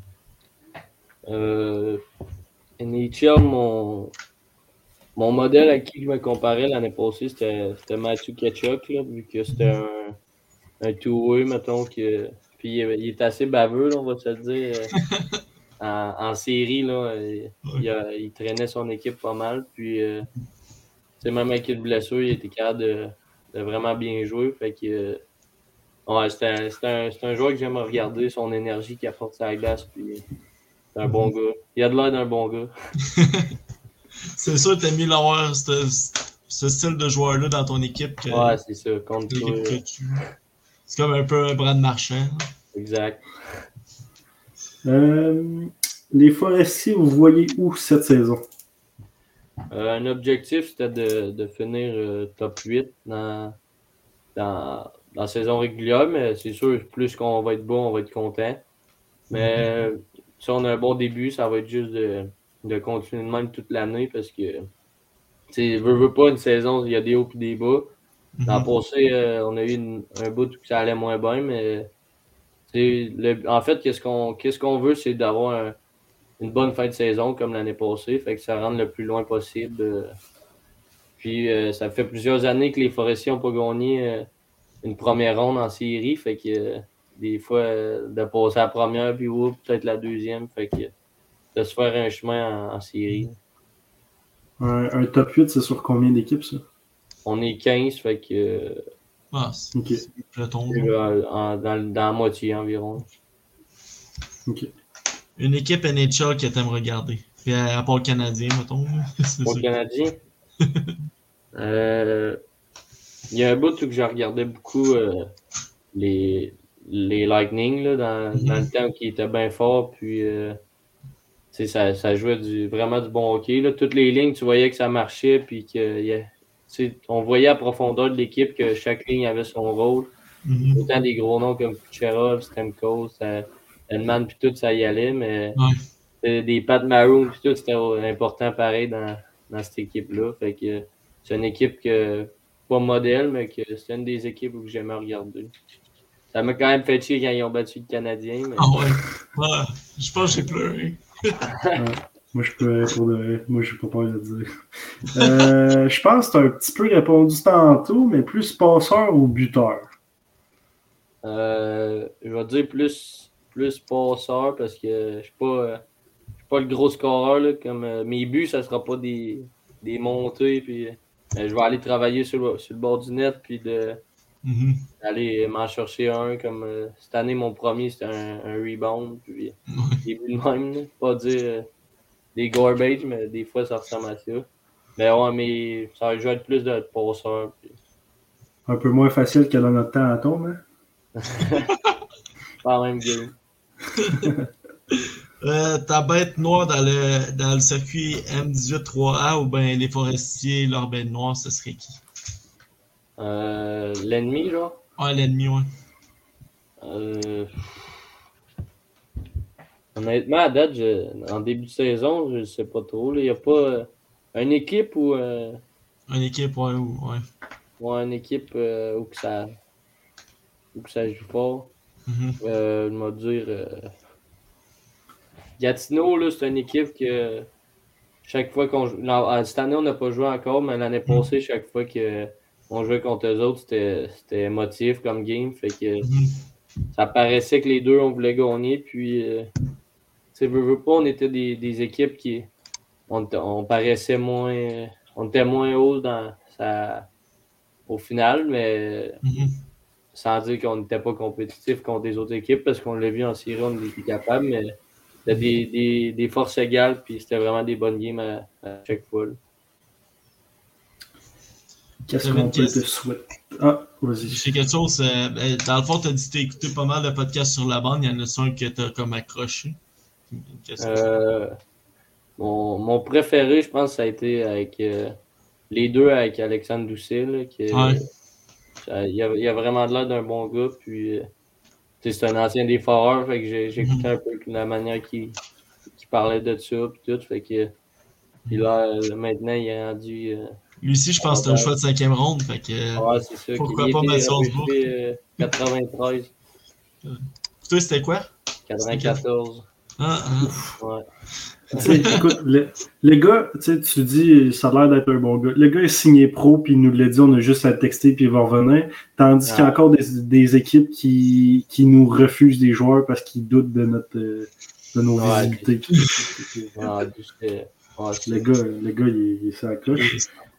Speaker 4: NHL, mon modèle à qui je me comparais l'année passée, c'était Matthew Tkachuk, là, vu que c'était un two-way, mettons, que Puis il est assez baveux, là, on va se le dire. En série, là, il traînait son équipe pas mal. Puis, même avec une blessure, il était capable de vraiment bien jouer. Fait que, ouais, c'est un joueur que j'aime regarder, son énergie qu'il apporte sur la glace. Puis, c'est un bon gars. Il a de l'air d'un bon gars.
Speaker 2: C'est sûr que t'as mis l'avoir ce style de joueur-là dans ton équipe.
Speaker 4: Ouais, c'est ça. Contre toi.
Speaker 2: C'est comme un peu un bras de marchand.
Speaker 4: Exact.
Speaker 3: Les Forestiers, vous voyez où cette saison?
Speaker 4: Un objectif, c'était de finir top 8 dans la saison régulière, mais c'est sûr, plus qu'on va être bon, on va être content. Mais si on a un bon début, ça va être juste de continuer de même toute l'année parce que, veux pas une saison, il y a des hauts et des bas. L'an passé, on a eu un bout où ça allait moins bien, mais en fait, qu'est-ce qu'on veut, c'est d'avoir une bonne fin de saison comme l'année passée, fait que ça rentre le plus loin possible. Puis ça fait plusieurs années que les Forestiers n'ont pas gagné une première ronde en série, fait que des fois, de passer à la première, puis peut-être la deuxième, fait que de se faire un chemin en série.
Speaker 3: Un top 8, c'est sur combien d'équipes, ça?
Speaker 4: On est 15, fait que
Speaker 2: c'est peloton.
Speaker 4: Dans la moitié environ.
Speaker 3: OK.
Speaker 2: Une équipe NHL que t'aimes regarder. Puis à part le Canadien, mettons.
Speaker 4: Pour le Canadien? Il y a un bout où je regardais beaucoup les Lightning là, dans le temps qui était bien fort. Puis ça jouait vraiment du bon hockey. Là. Toutes les lignes, tu voyais que ça marchait. Puis on voyait à profondeur de l'équipe que chaque ligne avait son rôle. Autant des gros noms comme Kucherov, Stamkos, Edman, puis tout, ça y allait. Mais des Pat Maroon, puis tout, c'était important pareil dans cette équipe-là. Fait que c'est une équipe que pas modèle, mais que c'est une des équipes où j'aimais regarder. Ça m'a quand même fait chier quand ils ont battu le Canadien. Mais...
Speaker 2: ouais. Je pense que j'ai pleuré.
Speaker 3: Moi, je pleurais pour de vrai. Moi, je n'ai pas peur de le dire. Je pense que tu as un petit peu répondu tantôt, mais plus passeur ou buteur?
Speaker 4: Je vais dire plus passeur parce que je suis pas le gros scoreur. Là, comme mes buts, ça sera pas des montées. Puis, je vais aller travailler sur le bord du net puis aller m'en chercher un. Comme cette année, mon premier, c'était un rebound. Puis, des buts de même. Là. Pas dire des garbage, mais des fois, ça ressemble à ça. Mais ouais, mais ça va être plus de passeur. Puis...
Speaker 3: Un peu moins facile que dans notre temps à tombe, hein?
Speaker 4: Pas la même game.
Speaker 2: Ta bête noire dans le circuit M18-3A ou bien les Forestiers, leur bête noire, ce serait qui?
Speaker 4: L'ennemi, genre?
Speaker 2: Ouais, l'ennemi, ouais.
Speaker 4: Honnêtement, à date, en début de saison, je sais pas trop. Il n'y a pas une équipe où...
Speaker 2: Une équipe, ouais.
Speaker 4: Ouais, une équipe où que ça joue fort. Je vais dire... Gatineau, là, c'est une équipe que chaque fois qu'on joue... Cette année, on n'a pas joué encore, mais l'année passée, chaque fois qu'on jouait contre eux autres, c'était émotif comme game. Fait que ça paraissait que les deux, on voulait gagner. Puis, veux pas, on était des équipes qui... On paraissait moins... On était moins haut au final, mais sans dire qu'on n'était pas compétitif contre les autres équipes, parce qu'on l'a vu en série, on était capable, mais c'était des forces égales, puis c'était vraiment des bonnes games à chaque fois. Là.
Speaker 3: Qu'est-ce qu'on peut te souhaiter? Ah, vas-y.
Speaker 2: C'est quelque chose, dans le fond, tu as dit que tu as écouté pas mal de podcasts sur la bande, il y en a un que tu as comme accroché.
Speaker 4: Mon préféré, je pense, ça a été avec les deux avec Alexandre Doucet. Là, il a vraiment l'air d'un bon gars. Puis, c'est un ancien des Foreurs. Fait que j'écoutais un peu la manière qu'il parlait de ça. Puis tout. Fait que, puis là, maintenant, il est rendu.
Speaker 2: Lui aussi, je pense que c'est un choix de 5e ronde. Fait que,
Speaker 4: ouais, c'est ça.
Speaker 2: Pourquoi pas mettre Salzbourg?
Speaker 4: 93.
Speaker 2: Toi, c'était quoi?
Speaker 4: 94.
Speaker 2: Ouais.
Speaker 3: Écoute, le gars, tu dis, ça a l'air d'être un bon gars. Le gars est signé pro, puis il nous l'a dit, on a juste à le texter, puis il va revenir. Tandis qu'il y a encore des équipes qui nous refusent des joueurs parce qu'ils doutent de nos visibilités. Le gars, il est sur la cloche.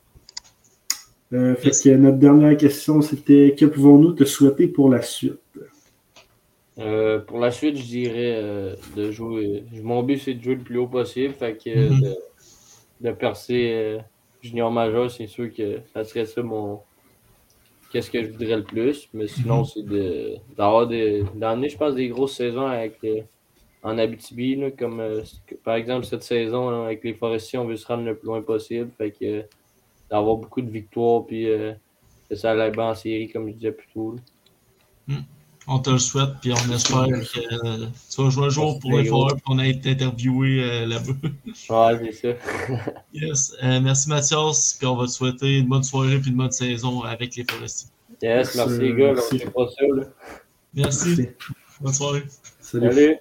Speaker 3: Fait que notre dernière question, c'était que pouvons-nous te souhaiter pour la suite?
Speaker 4: Pour la suite, je dirais de jouer. Mon but, c'est de jouer le plus haut possible. Fait que de percer junior majeur, c'est sûr que ça serait ça qu'est-ce que je voudrais le plus. Mais sinon, c'est d'emmener, je pense, des grosses saisons en Abitibi, là, comme par exemple cette saison là, avec les Forestiers, on veut se rendre le plus loin possible. Fait que d'avoir beaucoup de victoires puis que ça aille bien en série, comme je disais plus tôt.
Speaker 2: On te le souhaite, puis on espère que tu vas jouer un jour pour les Foreurs et qu'on a été interviewé là-bas.
Speaker 4: Ouais, c'est ça.
Speaker 2: Yes. Merci Mathias, puis on va te souhaiter une bonne soirée puis une bonne saison avec les Forestiers.
Speaker 4: Yes, merci les gars, on n'est pas ça. Là.
Speaker 2: Merci. Bonne soirée.
Speaker 4: Salut.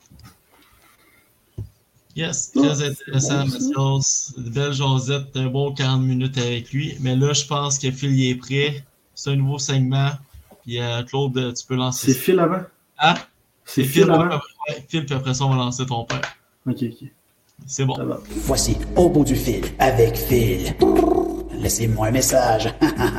Speaker 2: Yes, très intéressant, Mathias. Une belle jasette, un bon 40 minutes avec lui. Mais là, je pense que Phil y est prêt. C'est un nouveau segment. Puis Claude, tu peux lancer.
Speaker 3: C'est Phil avant?
Speaker 2: Ah?
Speaker 3: C'est Phil avant?
Speaker 2: Ouais, Phil, puis après ça, on va lancer ton père.
Speaker 3: Ok.
Speaker 2: C'est bon.
Speaker 7: Voici Au bout du fil avec Phil. Laissez-moi un message.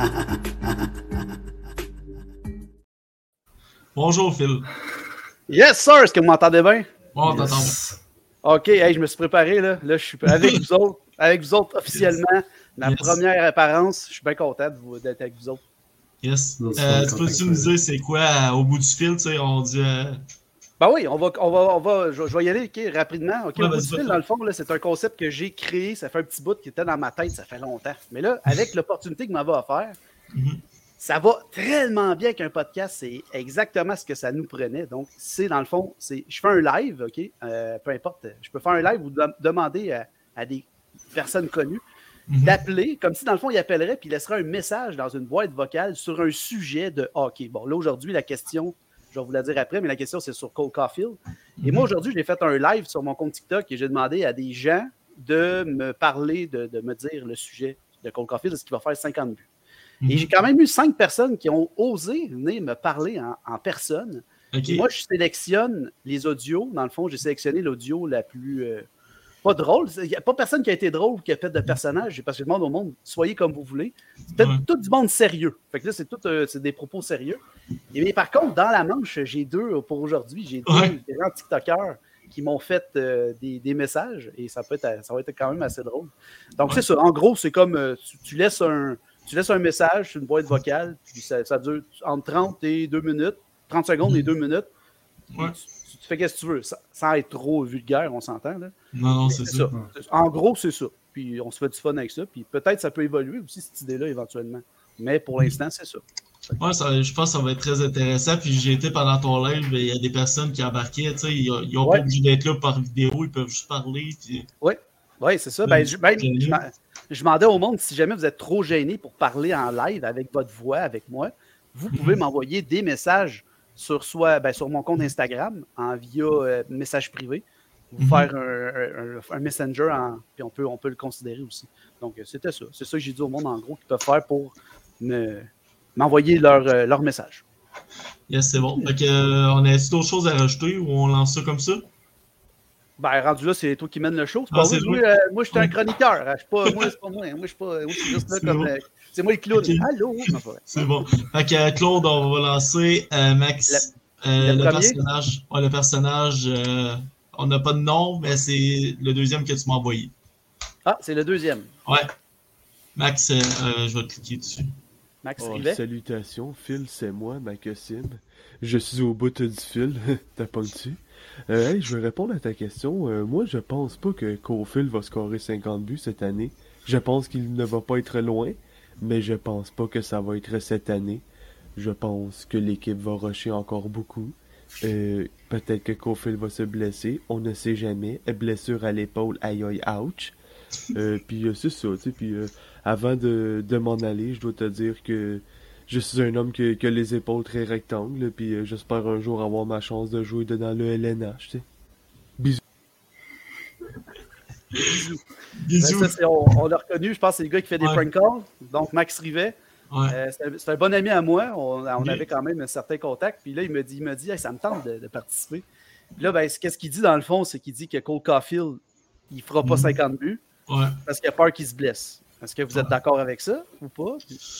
Speaker 2: Bonjour, Phil.
Speaker 8: Yes, sir! Est-ce que vous m'entendez bien?
Speaker 2: Bon, on t'entend bien.
Speaker 8: OK, hey, je me suis préparé, là. Là, je suis avec vous autres. Avec vous autres, officiellement. Ma première apparence. Je suis bien content d'être avec vous autres.
Speaker 2: Yes. Tu peux-tu nous dire c'est quoi au bout du fil, tu sais, on dit...
Speaker 8: Ben oui, je vais y aller rapidement. Okay, au bout du fil, dans le fond, là, c'est un concept que j'ai créé. Ça fait un petit bout qui était dans ma tête, ça fait longtemps. Mais là, avec l'opportunité que m'avait offert, ça va tellement bien qu'un podcast, c'est exactement ce que ça nous prenait. Donc, c'est dans le fond, je fais un live, OK? Peu importe, je peux faire un live ou demander à des personnes connues d'appeler, comme si dans le fond, ils appelleraient puis ils laisseraient un message dans une boîte vocale sur un sujet de hockey. Bon, là, aujourd'hui, la question, je vais vous la dire après, mais la question, c'est sur Cole Caulfield. Et moi, aujourd'hui, j'ai fait un live sur mon compte TikTok et j'ai demandé à des gens de me parler, de me dire le sujet de Cole Caulfield, ce qui va faire 50 buts. Et j'ai quand même eu 5 personnes qui ont osé venir me parler en personne. Okay. Moi, je sélectionne les audios. Dans le fond, j'ai sélectionné l'audio la plus... pas drôle. Il n'y a pas personne qui a été drôle ou qui a fait de personnage. Parce que je demande au monde, soyez comme vous voulez. C'est peut-être tout du monde sérieux. Fait que là, c'est des propos sérieux. Mais par contre, dans la manche, j'ai 2 pour aujourd'hui. J'ai 2 grands TikTokers qui m'ont fait des messages. Et ça va être quand même assez drôle. Donc, c'est ça. En gros, c'est comme tu laisses un message sur une boîte vocale, puis ça dure entre 30 et 2 minutes, 30 secondes et 2 minutes. Tu fais ce que tu veux, sans être trop vulgaire, on s'entend. Là.
Speaker 2: Non, c'est ça.
Speaker 8: En gros, c'est ça. Puis on se fait du fun avec ça. Puis peut-être ça peut évoluer aussi, cette idée-là, éventuellement. Mais pour l'instant, c'est ça.
Speaker 2: Ouais, je pense que ça va être très intéressant. Puis j'ai été pendant ton live, il y a des personnes qui embarquaient. Ils n'ont pas obligé d'être là par vidéo, ils peuvent juste parler. Puis...
Speaker 8: Oui, c'est ça. Je demandais au monde, si jamais vous êtes trop gêné pour parler en live avec votre voix, avec moi, vous pouvez m'envoyer des messages sur mon compte Instagram via message privé, vous faire un messenger, puis on peut le considérer aussi. Donc, c'était ça. C'est ça que j'ai dit au monde, en gros, qu'ils peuvent faire pour m'envoyer leur message.
Speaker 2: Yes, c'est bon. Fait que, on a d'autres choses à rajouter ou on lance ça comme ça?
Speaker 8: Ben, rendu là, c'est toi qui mène le show. Moi, je suis un chroniqueur. Moi, c'est pas moi. Moi, je suis juste là comme... C'est moi le clown. Okay. Allô?
Speaker 2: C'est bon. Fait que Claude, on va lancer Max. Le personnage, on n'a pas de nom, mais c'est le deuxième que tu m'as envoyé.
Speaker 8: Ah, c'est le deuxième.
Speaker 2: Ouais. Max, je vais cliquer dessus.
Speaker 8: Max Rivet.
Speaker 9: Salutations, Phil, c'est moi, Macosim. Je suis au bout du fil. T'as pas le dessus. Hey, je vais répondre à ta question. Moi, je pense pas que Caulfield va scorer 50 buts cette année. Je pense qu'il ne va pas être loin. Mais je pense pas que ça va être cette année. Je pense que l'équipe va rusher encore beaucoup. Peut-être que Caulfield va se blesser. On ne sait jamais. Blessure à l'épaule, aïe aïe, ouch. Puis c'est ça. Puis avant de m'en aller, je dois te dire que je suis un homme qui a les épaules très rectangles. Puis j'espère un jour avoir ma chance de jouer dans le LNH. Bisous.
Speaker 8: Bisous. Ben, on l'a reconnu, je pense que c'est le gars qui fait des prank calls. Donc, Max Rivet.
Speaker 2: Ouais.
Speaker 8: C'est un bon ami à moi. On avait quand même un certain contact. Puis là, il me dit hey, ça me tente de participer. Puis là, ben, qu'est-ce qu'il dit dans le fond? C'est qu'il dit que Cole Caulfield, il ne fera pas 50 buts parce qu'il a peur qu'il se blesse. Est-ce que vous êtes d'accord avec ça ou pas?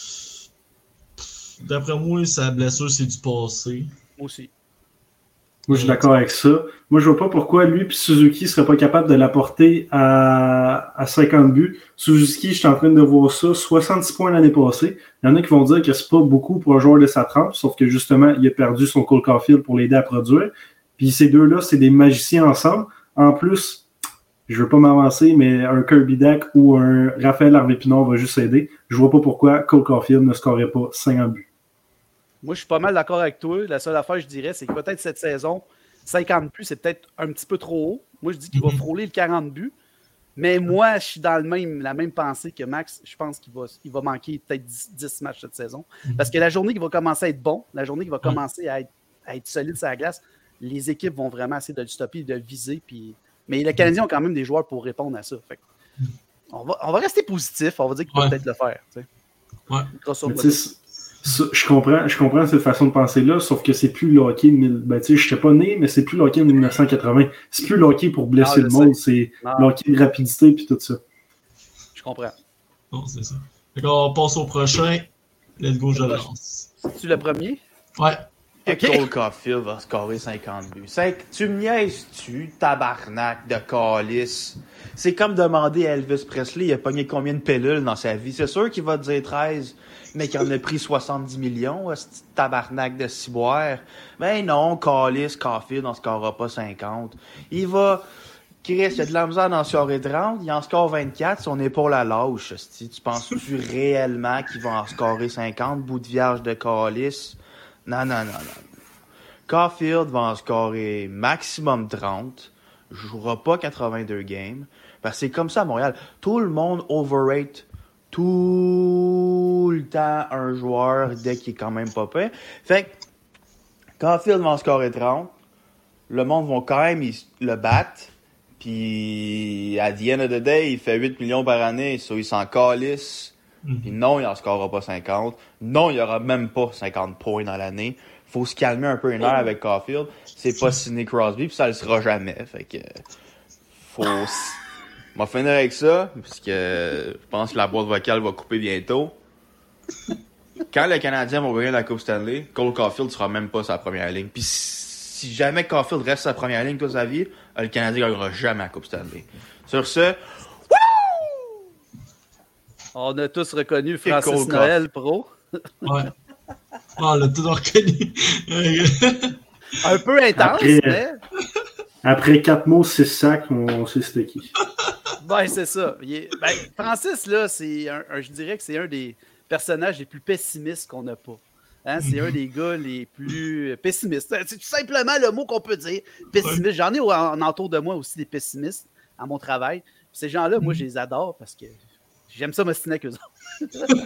Speaker 2: D'après moi, sa blessure, c'est du passé.
Speaker 8: Moi aussi.
Speaker 3: Moi, je suis d'accord avec ça. Moi, je vois pas pourquoi lui et Suzuki ne seraient pas capables de l'apporter à 50 buts. Suzuki, je suis en train de voir ça, 66 points l'année passée. Il y en a qui vont dire que c'est pas beaucoup pour un joueur de sa trempe, sauf que justement, il a perdu son Cole Caulfield pour l'aider à produire. Puis ces deux-là, c'est des magiciens ensemble. En plus, je veux pas m'avancer, mais un Kirby Dach ou un Raphaël Harvey-Pinard va juste aider. Je vois pas pourquoi Cole Caulfield ne scorerait pas 50 buts.
Speaker 8: Moi, je suis pas mal d'accord avec toi. La seule affaire, je dirais, c'est que peut-être cette saison, 50 buts, c'est peut-être un petit peu trop haut. Moi, je dis qu'il va frôler le 40 buts. Mais moi, je suis dans la même pensée que Max. Je pense qu'il va manquer peut-être 10 matchs cette saison. Parce que la journée qui va commencer à être bon, la journée qui va commencer à être solide sur la glace, les équipes vont vraiment essayer de le stopper et de le viser. Mais les Canadiens ont quand même des joueurs pour répondre à ça. Fait on va rester positif. On va dire qu'il peut peut-être le faire. Tu sais.
Speaker 2: Ouais.
Speaker 3: Je comprends cette façon de penser-là, sauf que c'est plus le hockey je n'étais pas né, mais c'est plus le hockey de 1980. C'est plus le hockey pour blesser le monde, c'est le hockey de rapidité et tout ça.
Speaker 8: Je comprends.
Speaker 2: Bon, c'est ça. On passe au prochain. Let's go, je lance.
Speaker 8: C'est-tu le premier?
Speaker 2: Ouais.
Speaker 10: Cole Caulfield va scorer 50 buts. Tu me niaises-tu, tabarnak de calice? C'est comme demander à Elvis Presley, il a pogné combien de pilules dans sa vie? C'est sûr qu'il va te dire 13, mais qu'il en a pris 70 millions, ce tabarnak de ciboire. Ben non, calice, Caulfield n'en scorera pas 50. Il va... Chris, il a de la misère dans scorer 30, il en score 24, son épaule à lâche. Tu penses-tu réellement qu'il va en scorer 50, bout de vierge de calice? Non. Caulfield va en scorer maximum 30. Il ne jouera pas 82 games. Parce que c'est comme ça à Montréal. Tout le monde overrate tout le temps un joueur dès qu'il est quand même pas prêt. Fait que Caulfield va en scorer 30. Le monde va quand même le battre. Puis, à the end of the day, il fait 8 millions par année. Il s'en calisse. Puis non, il n'en scorera pas 50. Non, il n'y aura même pas 50 points dans l'année. Faut se calmer un peu les nerfs avec Caulfield. C'est pas Sidney Crosby, puis ça le sera jamais. Fait que faut... On va finir avec ça, parce que je pense que la boîte vocale va couper bientôt. Quand les Canadiens vont gagner la Coupe Stanley, Cole Caulfield sera même pas sa première ligne. Puis si jamais Caulfield reste sa première ligne toute sa vie, le Canadien ne gagnera jamais la Coupe Stanley. Sur ce...
Speaker 8: On a tous reconnu Francis Noël, pro.
Speaker 2: Ouais. On l'a tous reconnu.
Speaker 8: Un peu intense, mais...
Speaker 3: Après 4 mots, 6 sacs, on sait c'était qui.
Speaker 8: Ben, c'est ça. Francis, là, je dirais que c'est un des personnages les plus pessimistes qu'on n'a pas. Hein? C'est un des gars les plus pessimistes. C'est tout simplement le mot qu'on peut dire. Pessimiste. J'en ai en entour de moi aussi des pessimistes à mon travail. Puis ces gens-là, moi, je les adore parce que j'aime ça m'ostiner avec eux autres.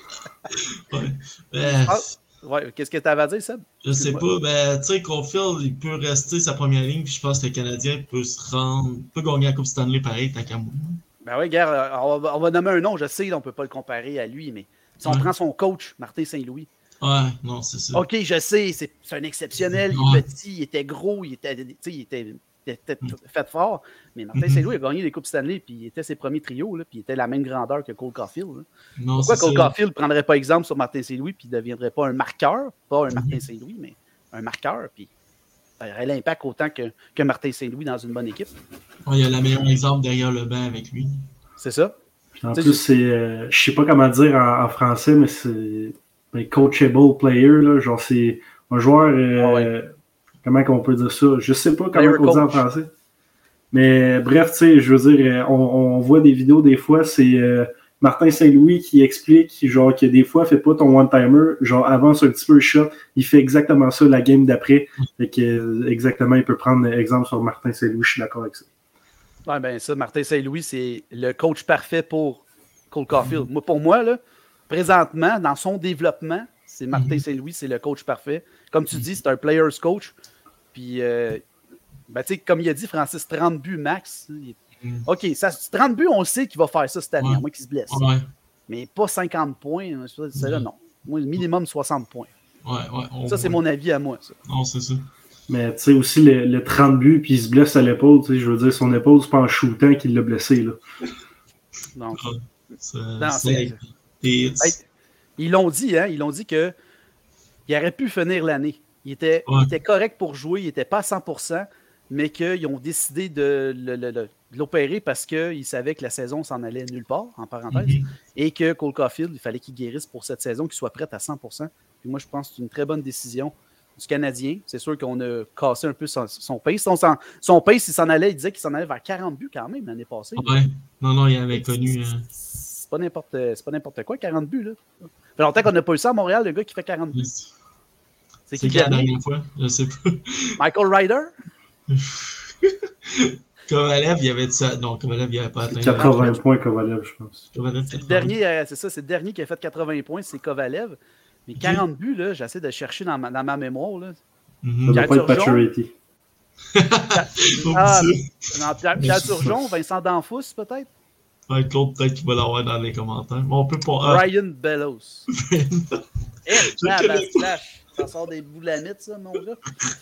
Speaker 8: Ouais. Qu'est-ce que tu avais à dire, Seb?
Speaker 2: Je sais pas. Ben, tu sais, Caulfield, il peut rester sa première ligne, puis je pense que le Canadien peut gagner la Coupe Stanley pareil, tant qu'à moi.
Speaker 8: Ben oui, gars, on va nommer un nom, je sais, on peut pas le comparer à lui, mais si on prend son coach, Martin Saint-Louis.
Speaker 2: Ouais, non, c'est ça.
Speaker 8: OK, je sais, c'est un exceptionnel, il est petit, il était gros, il était fait fort, mais Martin Saint-Louis a gagné les Coupes Stanley, puis il était ses premiers trios, là, puis il était la même grandeur que Cole Caulfield. Non, pourquoi Cole Caulfield ne prendrait pas exemple sur Martin Saint-Louis, puis ne deviendrait pas un marqueur, pas un Martin Saint-Louis, mais un marqueur, puis il aurait l'impact autant que Martin Saint-Louis dans une bonne équipe.
Speaker 2: Ouais, il y a le meilleur exemple derrière le banc avec lui.
Speaker 8: C'est ça.
Speaker 3: En plus, c'est, je sais pas comment dire en français, mais c'est un coachable player, là, genre c'est un joueur... Comment on peut dire ça? Je sais pas comment on dit en français. Mais bref, tu sais, je veux dire, on voit des vidéos des fois, c'est Martin Saint-Louis qui explique genre que des fois, fais pas ton one-timer, genre avance un petit peu le shot, il fait exactement ça la game d'après. Fait que exactement, il peut prendre exemple sur Martin Saint-Louis, je suis d'accord avec ça.
Speaker 8: Ouais, ben ça, Martin Saint-Louis, c'est le coach parfait pour Cole Caulfield. Pour moi, là, présentement, dans son développement, c'est Martin Saint-Louis, c'est le coach parfait. Comme tu dis, c'est un player's coach. Puis, ben, tu sais, comme il a dit, Francis, 30 buts max. OK, 30 buts, on le sait qu'il va faire ça cette année, à moins qu'il se blesse.
Speaker 2: Ouais.
Speaker 8: Mais pas 50 points. C'est là, non. Moi, minimum 60 points. Ça, c'est mon avis à moi. Ça.
Speaker 2: Non, c'est ça.
Speaker 3: Mais tu sais, aussi, le 30 buts, puis il se blesse à l'épaule. Tu sais, je veux dire, son épaule, c'est pas en shootant qu'il l'a blessé. Là.
Speaker 8: Non. Ils l'ont dit, hein. Ils l'ont dit qu'il aurait pu finir l'année. Il était correct pour jouer. Il n'était pas à 100%, mais qu'ils ont décidé de l'opérer parce qu'ils savaient que la saison s'en allait nulle part, en parenthèse, et que Cole Caulfield, il fallait qu'il guérisse pour cette saison, qu'il soit prêt à 100%. Puis moi, je pense que c'est une très bonne décision du Canadien. C'est sûr qu'on a cassé un peu son pace. Son pace, il disait qu'il s'en allait vers 40 buts quand même l'année passée.
Speaker 2: Ouais. Non, il avait connu...
Speaker 8: C'est pas n'importe quoi, 40 buts. Là. Ça fait longtemps qu'on n'a pas eu ça à Montréal, le gars qui fait 40 buts.
Speaker 2: C'est qui la dernière fois? Je sais pas.
Speaker 8: Michael Ryder?
Speaker 2: Kovalev, il avait dit ça. Non, Kovalev, il n'avait pas atteint.
Speaker 3: 80 points, Kovalev, je pense.
Speaker 8: C'est le dernier, c'est le dernier qui a fait 80 points, c'est Kovalev. Mais 40 buts, là, j'essaie de chercher dans ma mémoire. Là.
Speaker 3: Ça ne doit pas être Pacioretty.
Speaker 8: Pierre Turgeon, Vincent Danfous, peut-être?
Speaker 2: Ouais, Claude, peut-être qu'il va l'avoir dans les commentaires. Mais on peut pas.
Speaker 8: Ryan Bellows. Flash. Ça sort des boulamites, ça, mon gars.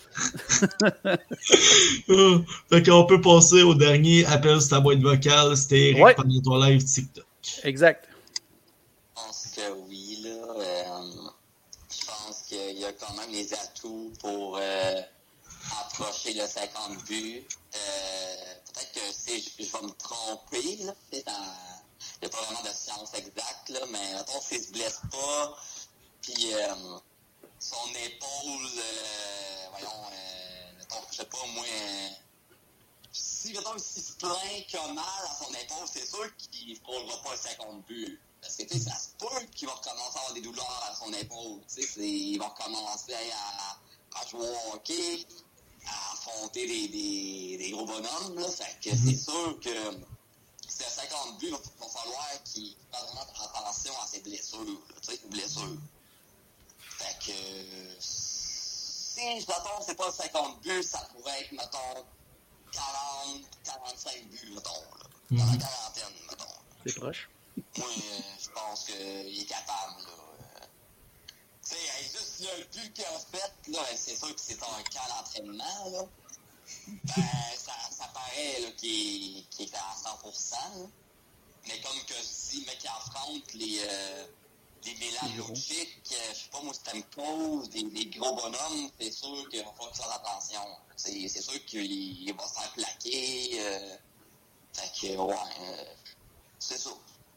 Speaker 2: Fait qu'on peut passer au dernier appel sur ta boîte vocale. C'était Eric pendant ton live TikTok.
Speaker 8: Exact.
Speaker 11: Je pense que oui, là. Je pense qu'il y a quand même les atouts pour approcher le 50 buts. Peut-être que je vais me tromper, là. Il n'y a pas vraiment de science exacte, là, mais mettons, s'il se blesse pas, puis son épaule, mettons, je sais pas, moi, s'il se plaint qu'il a mal à son épaule, c'est sûr qu'il ne frôlera pas le 50 buts. Parce que, tu sais, ça se peut qu'il va recommencer à avoir des douleurs à son épaule. Tu sais, il va recommencer à jouer au hockey, à affronter des gros bonhommes, là. Fait que c'est sûr que c'est 50 buts, il va falloir qu'il fasse vraiment attention à ses blessures, tu sais, blessures. Fait que si je m'attends, c'est pas 50 buts, ça pourrait être, mettons, 40, 45 buts, mettons, là. Dans la quarantaine, mettons.
Speaker 8: C'est proche.
Speaker 11: Moi, je pense qu'il est capable, là. Tu sais, juste le but qu'il a fait, là, c'est sûr que c'est un cas d'entraînement, là. Ben, ça paraît là, qu'il est à 100%, là. Mais comme que si le mec affronte les Milan Lucic, je sais pas moi, Stamkos, des gros bonhommes, c'est sûr qu'il va falloir qu'il fasse attention. C'est sûr qu'il va se faire plaquer. Fait que, c'est ça.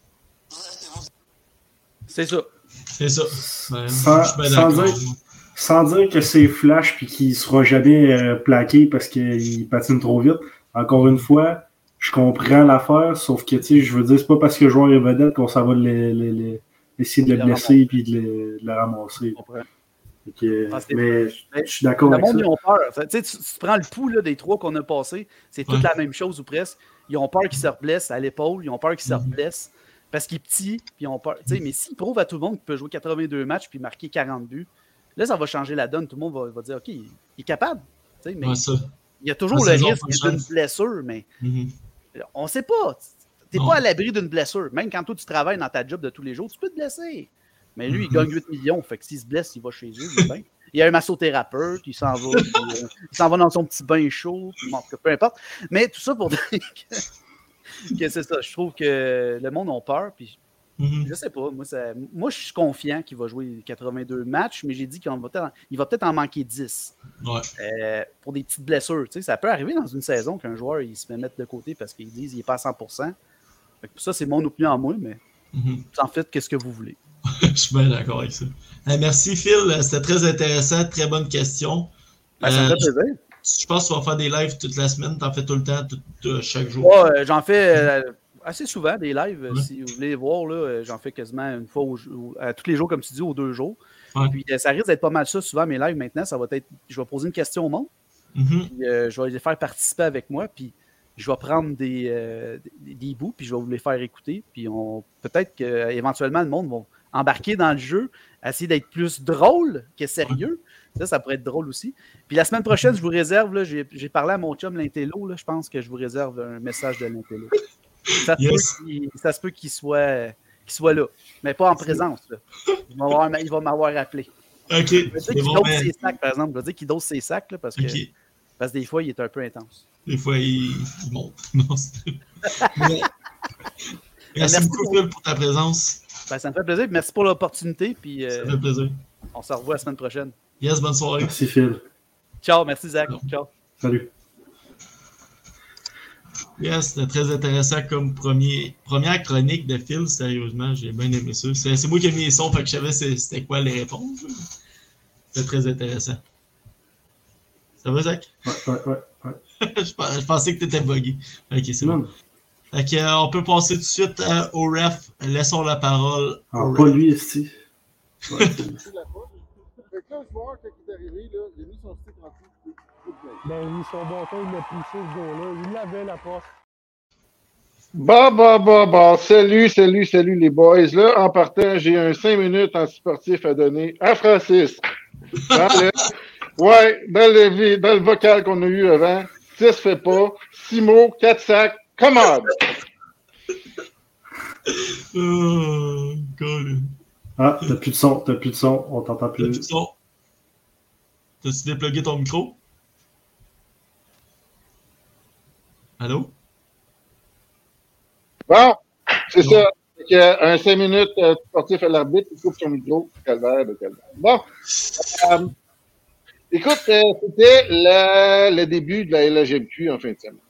Speaker 8: C'est ça.
Speaker 2: C'est ça. Ouais,
Speaker 3: sans dire que c'est flash puis qu'il ne sera jamais plaqué parce qu'il patine trop vite. Encore une fois, je comprends l'affaire, sauf que, tu sais, je veux dire, c'est pas parce que le joueur est vedette qu'on s'en va essayer de le blesser et de le ramasser. Mais je suis d'accord avec ça. Le monde, ils ont
Speaker 8: peur. Tu prends le pouls là, des trois qu'on a passés, c'est toute la même chose ou presque. Ils ont peur qu'il se reblesse à l'épaule, ils ont peur qu'il se reblesse parce qu'il est petit, puis ils ont peur. Mais s'il prouve à tout le monde qu'il peut jouer 82 matchs puis marquer 40 buts, là, ça va changer la donne. Tout le monde va dire, OK, il est capable. Mais il y a toujours le risque d'une blessure, mais on ne sait pas. Tu n'es pas à l'abri d'une blessure. Même quand toi, tu travailles dans ta job de tous les jours, tu peux te blesser. Mais lui, il gagne 8 millions. Fait que s'il se blesse, il va chez eux. Il y a un massothérapeute, il s'en va. Il s'en va dans son petit bain chaud. Peu importe. Mais tout ça pour dire que c'est ça. Je trouve que le monde a peur. Puis je sais pas. Moi, je suis confiant qu'il va jouer 82 matchs, mais j'ai dit qu'il va peut-être en manquer 10. Pour des petites blessures. Ça peut arriver dans une saison qu'un joueur il se fait mettre de côté parce qu'ils disent qu'il n'est pas à 100%. Ça, c'est mon opinion à moi, mais vous en faites qu'est-ce que vous voulez.
Speaker 2: Je suis bien d'accord avec ça. Merci, Phil. C'était très intéressant. Très bonne question.
Speaker 8: Ça me fait plaisir.
Speaker 2: Je pense que tu vas faire des lives toute la semaine. Tu en fais tout le temps, chaque jour.
Speaker 8: Ouais, j'en fais assez souvent des lives. Si vous voulez voir, là, j'en fais quasiment une fois tous les jours, comme tu dis, aux 2 jours. Puis ça risque d'être pas mal ça, souvent, mes lives maintenant. Ça va être, je vais poser une question au monde. Puis, je vais les faire participer avec moi. Puis je vais prendre des bouts, puis je vais vous les faire écouter. Puis peut-être qu'éventuellement, le monde va embarquer dans le jeu, essayer d'être plus drôle que sérieux. Ça pourrait être drôle aussi. Puis la semaine prochaine, je vous réserve, là, j'ai parlé à mon chum Lintello, là, je pense que je vous réserve un message de Lintello. Ça se peut qu'il soit là, mais pas en présence. Là. Il va m'avoir appelé.
Speaker 2: OK.
Speaker 8: Je vais dire qu'il dose ses sacs, par exemple. Je vais dire qu'il dose ses sacs là, parce que des fois, il est un peu intense.
Speaker 2: Des fois, il monte. Non, merci beaucoup, Phil, pour ta présence.
Speaker 8: Ça me fait plaisir. Merci pour l'opportunité. Puis,
Speaker 2: ça fait plaisir.
Speaker 8: On se revoit la semaine prochaine.
Speaker 2: Yes, bonne soirée.
Speaker 3: Merci, Phil.
Speaker 8: Ciao, merci, Zach. Ciao.
Speaker 3: Salut.
Speaker 2: Yes, c'était très intéressant comme première chronique de Phil, sérieusement, j'ai bien aimé ça. C'est moi qui ai mis les sons, fait que je savais c'était quoi les réponses. C'était très intéressant. Ça va, Zach?
Speaker 3: Ouais.
Speaker 2: je pensais que tu étais buggy. Ok, c'est bon. Fait que, on peut passer tout de suite au ref. Laissons la parole.
Speaker 3: Pas lui, ici.
Speaker 1: Fait que là, le joueur, quand il est arrivé, là, il a mis son stick en dessous.
Speaker 12: Ben oui, son bâton, il l'a poussé ce gars-là. Il l'avait, la porte.
Speaker 1: Bon. Salut les boys. Là, en partant, j'ai un 5 minutes en sportif à donner à Francis. Dans le vocal qu'on a eu avant. 6 fait pas. 6 mots, 4 sacs. Come on!
Speaker 2: Oh, God.
Speaker 3: Ah, t'as plus de son, on t'entend plus.
Speaker 2: T'as plus de son. T'as-tu déplugué ton micro? Allô?
Speaker 1: Bon, c'est ça. Un 5 minutes sportif à l'arbitre, il coupe son micro. Calvaire. Bon. Écoute, c'était le début de la LGMQ en fin de semaine.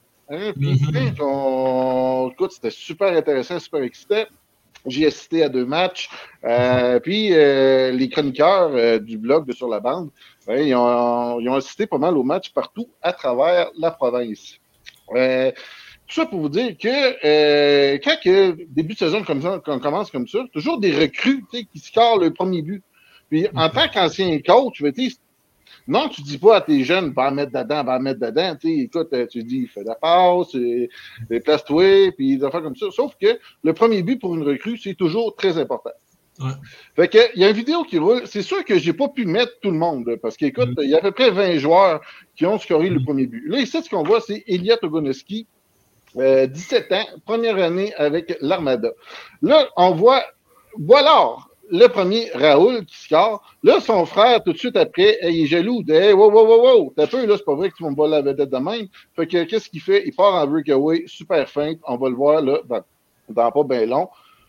Speaker 1: Écoute, c'était super intéressant, super excitant. J'ai assisté à 2 matchs. Puis les chroniqueurs du blog de Sur la Bande, ils ont assisté pas mal aux matchs partout à travers la province. Tout ça pour vous dire que quand début de saison comme ça, qu'on commence comme ça, toujours des recrues qui scorent le premier but. Puis en tant qu'ancien coach, non, tu dis pas à tes jeunes, va en mettre dedans. Écoute, tu dis, fais la passe, place-toi, puis des affaires comme ça. Sauf que le premier but pour une recrue, c'est toujours très important.
Speaker 2: Ouais.
Speaker 1: Fait que, il y a une vidéo qui roule. C'est sûr que j'ai pas pu mettre tout le monde, parce qu'écoute, il y a à peu près 20 joueurs qui ont scoré le premier but. Là, ici, ce qu'on voit, c'est Eliot Ogonoski, 17 ans, première année avec l'Armada. Là, on voit Boilard, le premier, Raoul, qui score. Là, son frère, tout de suite après, il est jaloux. Hey, wow, t'as peu, là, c'est pas vrai que tu vas me voler la vedette de même. Fait que, qu'est-ce qu'il fait? Il part en breakaway, super feinte. On va le voir, là, dans pas bien long.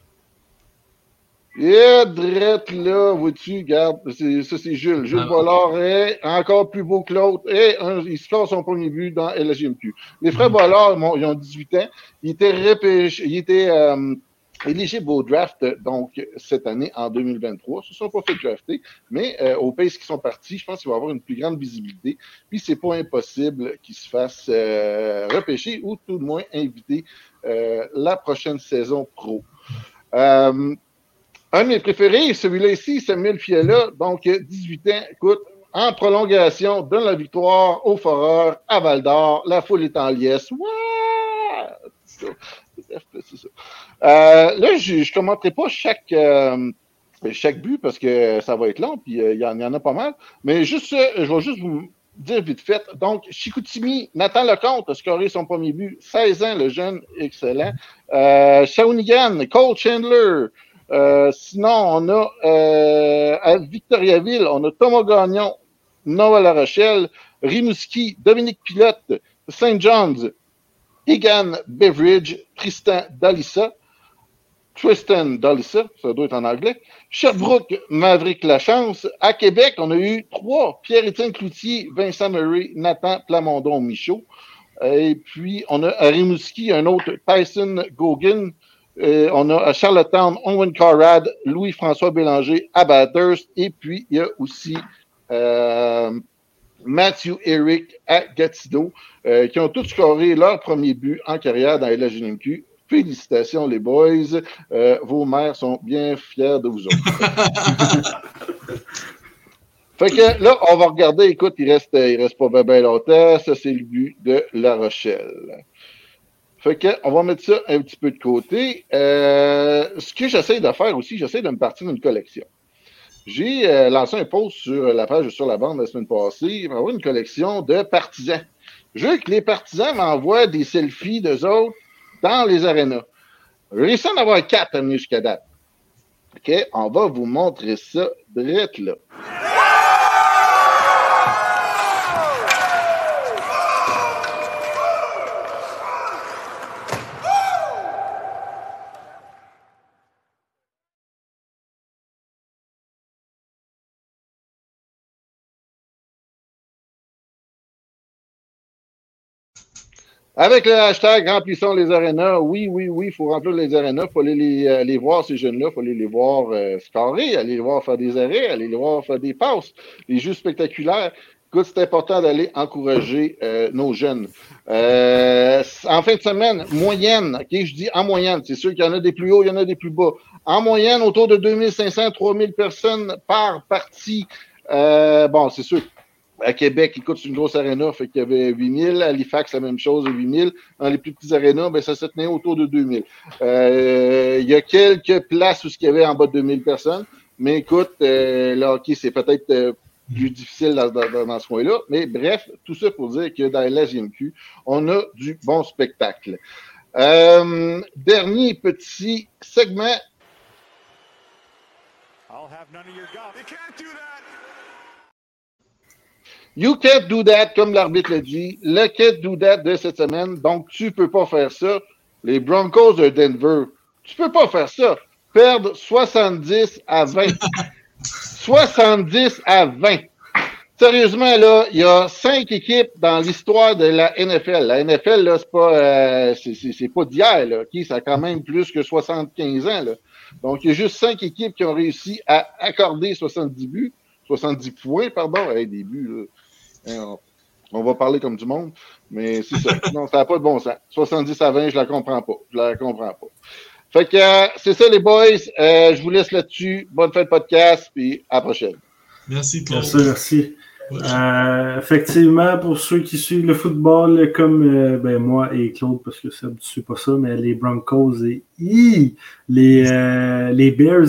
Speaker 1: Et drette là, vois-tu, regarde, ça c'est Jules. Jules Boilard est encore plus beau que l'autre. Et il score son premier but dans LGMQ. Les frères Boilard, ils ont 18 ans. Ils étaient éligibles au draft, donc, cette année, en 2023. Ils ne se sont pas fait drafter, mais au pays qu'ils sont partis, je pense qu'il va avoir une plus grande visibilité. Puis, c'est pas impossible qu'ils se fassent repêcher ou tout le moins inviter la prochaine saison pro. Un de mes préférés, celui-là ici, Samuel Fiala, donc 18 ans, écoute, en prolongation, donne la victoire aux Foreurs, à Val-d'Or, la foule est en liesse. Ouais! C'est ça. Là, je ne commenterai pas chaque but parce que ça va être long, puis il y en a pas mal, mais juste, je vais juste vous dire vite fait. Donc, Chicoutimi, Nathan Lecomte a scoré son premier but, 16 ans, le jeune, excellent. Shawinigan, Cole Chandler. Sinon, on a à Victoriaville, on a Thomas Gagnon, Noah La Rochelle, Rimouski, Dominique Pilote, St. John's, Egan Beveridge, Tristan Dalissa, ça doit être en anglais, Sherbrooke, Maverick Lachance. À Québec, on a eu 3, Pierre-Étienne Cloutier, Vincent Murray, Nathan Plamondon-Michaud. Et puis, on a à Rimouski un autre, Tyson Gauguin. On a à Charlottetown, Owen Conrad, Louis-François Bélanger à Bathurst. Et puis, il y a aussi Matthew Eric à Gatineau, qui ont tous scoré leur premier but en carrière dans la LGMQ. Félicitations, les boys. Vos mères sont bien fiers de vous autres. Fait que là, on va regarder. Écoute, il reste pas bien longtemps. Ça, c'est le but de La Rochelle. Fait que, on va mettre ça un petit peu de côté. Ce que j'essaie de faire aussi, j'essaie de me partir d'une collection. J'ai lancé un post sur la page Sur la bande la semaine passée. Il va y avoir une collection de partisans. Je veux que les partisans m'envoient des selfies d'eux autres dans les arénas. J'ai réussi à en avoir 4 amenés jusqu'à date. OK, on va vous montrer ça direct là. Avec le hashtag remplissons les arénas, oui, il faut remplir les arénas, il faut aller les voir, ces jeunes-là, il faut aller les voir scorer, aller les voir faire des arrêts, aller les voir faire des passes, les jeux spectaculaires. Écoute, c'est important d'aller encourager nos jeunes. En fin de semaine, moyenne, ok, je dis en moyenne, c'est sûr qu'il y en a des plus hauts, il y en a des plus bas. En moyenne, autour de 2500, 3000 personnes par partie. Bon, c'est sûr. À Québec, écoute, c'est une grosse aréna, fait qu'il y avait 8000. À Halifax, la même chose, 8000. Dans les plus petits arénas, ben, ça se tenait autour de 2000. Il y a quelques places où il y avait en bas de 2000 personnes. Mais écoute, le hockey, c'est peut-être plus difficile dans ce coin-là. Mais bref, tout ça pour dire que dans la GMQ, on a du bon spectacle. Dernier petit segment.
Speaker 6: I'll have none of your golf. You can't do that.
Speaker 1: You can't do that, comme l'arbitre l'a dit. Le can't do that de cette semaine. Donc, tu peux pas faire ça. Les Broncos de Denver, tu peux pas faire ça. Perdre 70 à 20. 70 à 20. Sérieusement, là, il y a 5 équipes dans l'histoire de la NFL. La NFL, là, c'est pas d'hier, là. Okay? Ça a quand même plus que 75 ans, là. Donc, il y a juste 5 équipes qui ont réussi à accorder 70 buts. 70 points, pardon. Hey, des buts, là. On va parler comme du monde, mais c'est ça. Non, ça n'a pas de bon sens. 70 à 20, je la comprends pas. Fait que c'est ça, les boys. Je vous laisse là-dessus. Bonne fin de podcast, puis à la prochaine.
Speaker 2: Merci, Claude.
Speaker 3: Merci. Effectivement, pour ceux qui suivent le football, comme moi et Claude, parce que ça ne suit pas ça, mais les Broncos et les Bears,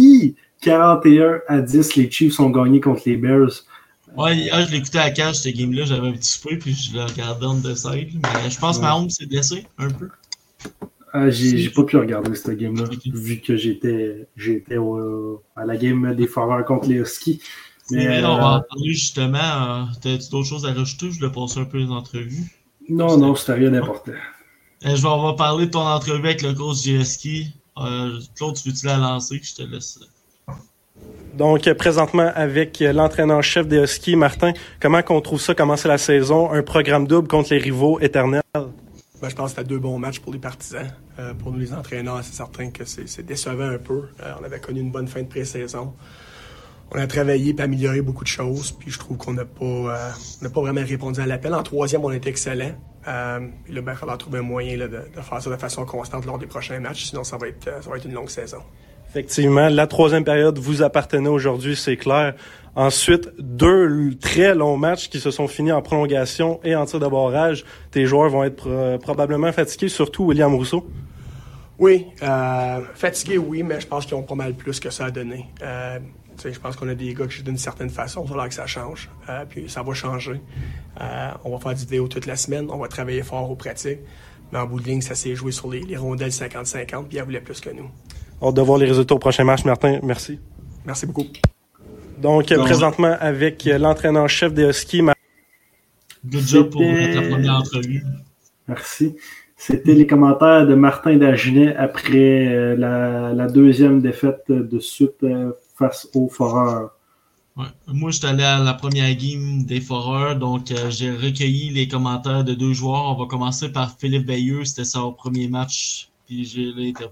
Speaker 3: 41 à 10, les Chiefs ont gagné contre les Bears.
Speaker 2: Ouais, hier, je l'écoutais à la cage, cette game-là. J'avais un petit souper, puis je le regardais on the side. Mais je pense que Mahomes s'est blessé un peu.
Speaker 3: J'ai pas pu regarder cette game-là, vu que j'étais à la game des Foreurs contre les Huskies.
Speaker 2: Mais on va en parler justement. T'as-tu d'autres choses à rajouter? Je voulais passer un peu les entrevues.
Speaker 3: Non, c'était rien d'important.
Speaker 2: On va parler de ton entrevue avec le coach des Huskies. Claude, tu veux-tu la lancer? Je te laisse.
Speaker 13: Donc, présentement, avec l'entraîneur-chef des Huskies, Martin, comment qu'on trouve ça, commencer la saison, un programme double contre les rivaux éternels?
Speaker 14: Je pense que c'était 2 bons matchs pour les partisans. Pour nous, les entraîneurs, c'est certain que c'est décevant un peu. On avait connu une bonne fin de pré-saison. On a travaillé et amélioré beaucoup de choses, puis je trouve qu'on n'a pas vraiment répondu à l'appel. En 3e, on était excellent. Là, il va falloir trouver un moyen là, de faire ça de façon constante lors des prochains matchs, sinon ça va être une longue saison.
Speaker 13: Effectivement, la 3e période vous appartenait aujourd'hui, c'est clair. Ensuite, 2 très longs matchs qui se sont finis en prolongation et en tir de barrage. Tes joueurs vont être probablement fatigués, surtout William Rousseau.
Speaker 14: Oui, fatigués, oui, mais je pense qu'ils ont pas mal plus que ça à donner. Je pense qu'on a des gars qui jouent d'une certaine façon, il va falloir que ça change, puis ça va changer. On va faire des vidéos toute la semaine, on va travailler fort aux pratiques, mais en bout de ligne, ça s'est joué sur les rondelles 50-50, puis ils voulaient plus que nous.
Speaker 13: Hâte de voir les résultats au prochain match, Martin. Merci.
Speaker 14: Merci beaucoup.
Speaker 13: Donc, présentement, avec l'entraîneur-chef des Huskies,
Speaker 2: Good job pour ta première entrevue.
Speaker 3: Merci. C'était les commentaires de Martin Dagenet après la 2e défaite de suite face aux Foreurs.
Speaker 2: Ouais. Moi, je suis allé à la première game des Foreurs, donc j'ai recueilli les commentaires de 2 joueurs. On va commencer par Philippe Veilleux, c'était son premier match, puis j'ai l'interview.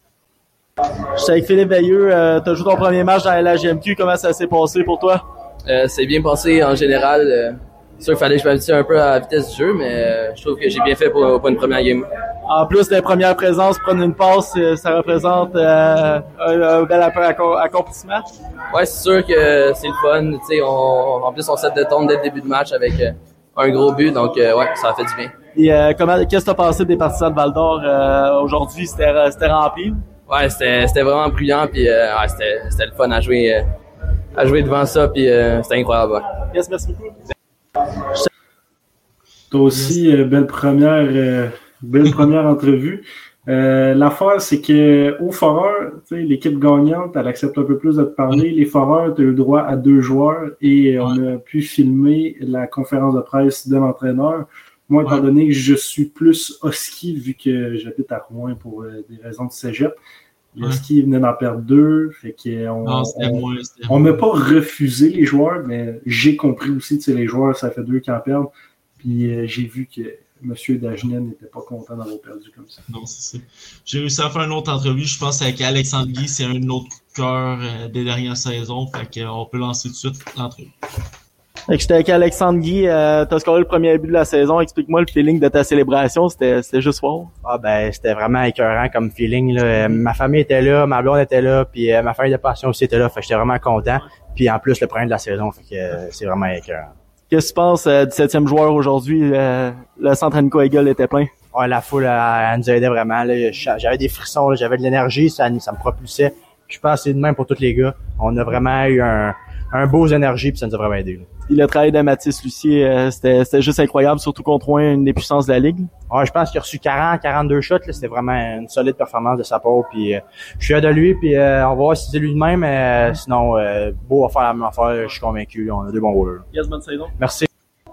Speaker 15: Je suis avec Philippe Veilleux, tu as joué ton premier match dans la GMQ, comment ça s'est passé pour toi?
Speaker 16: C'est bien passé en général. C'est sûr qu'il fallait que je m'habitue un peu à la vitesse du jeu, mais je trouve que j'ai bien fait pour une première game.
Speaker 15: En plus des premières présences, prendre une passe, ça représente un bel accomplissement?
Speaker 16: Ouais, c'est sûr que c'est le fun. En plus, on set de ton dès le début de match avec un gros but, donc ouais, ça a fait du bien.
Speaker 15: Et qu'est-ce que tu as pensé des partisans de Val-d'Or aujourd'hui? C'était rempli?
Speaker 16: Ouais, c'était vraiment brillant, puis c'était le fun à jouer devant ça, puis c'était incroyable. Ouais.
Speaker 15: Yes, merci beaucoup.
Speaker 3: Toi aussi, belle première entrevue. L'affaire, c'est que au Foreur, l'équipe gagnante, elle accepte un peu plus de te parler. Les Foreurs, tu as eu le droit à 2 joueurs et on a pu filmer la conférence de presse de l'entraîneur. Moi, étant donné que je suis plus Husky, vu que j'habite à Rouen pour des raisons de cégep, les Husky venait d'en perdre 2. Fait qu'on m'a pas refusé les joueurs, mais j'ai compris aussi que les joueurs, ça fait 2 qui en perdent. Puis j'ai vu que M. Dagenet n'était pas content d'avoir perdu comme ça.
Speaker 2: Non, c'est ça. J'ai réussi à faire une autre entrevue, je pense, avec Alexandre Guy. C'est un autre coup de cœur des dernières saisons. Fait qu'on peut lancer tout de suite l'entrevue.
Speaker 15: J'étais avec Alexandre Guy. T'as scoré le premier but de la saison. Explique-moi le feeling de ta célébration. C'était juste wow.
Speaker 17: Ah ben, c'était vraiment écœurant comme feeling, là. Ma famille était là, ma blonde était là, puis ma famille de passion aussi était là. Fait que j'étais vraiment content. Puis en plus, le premier de la saison, fait que c'est vraiment écœurant.
Speaker 15: Qu'est-ce que tu penses du 7e joueur aujourd'hui? Le centre Nico Eagle était plein.
Speaker 17: Ouais, la foule, elle nous aidait vraiment. Là. J'avais des frissons, là. J'avais de l'énergie, ça me propulsait. Je pense que c'est de même pour tous les gars. On a vraiment eu un beau énergie, puis ça nous a vraiment aidé. Là.
Speaker 15: Puis le travail de Mathis Lucier, c'était juste incroyable, surtout contre Rouen, une des puissances de la Ligue.
Speaker 17: Ouais, je pense qu'il a reçu 42 shots. Là. C'était vraiment une solide performance de sa part. Puis je suis fier de lui, puis on va voir si c'est lui de même. Sinon, Beau va faire la même affaire, je suis convaincu. On a 2 bons goalers.
Speaker 15: Yes, bonne saison.
Speaker 17: Merci.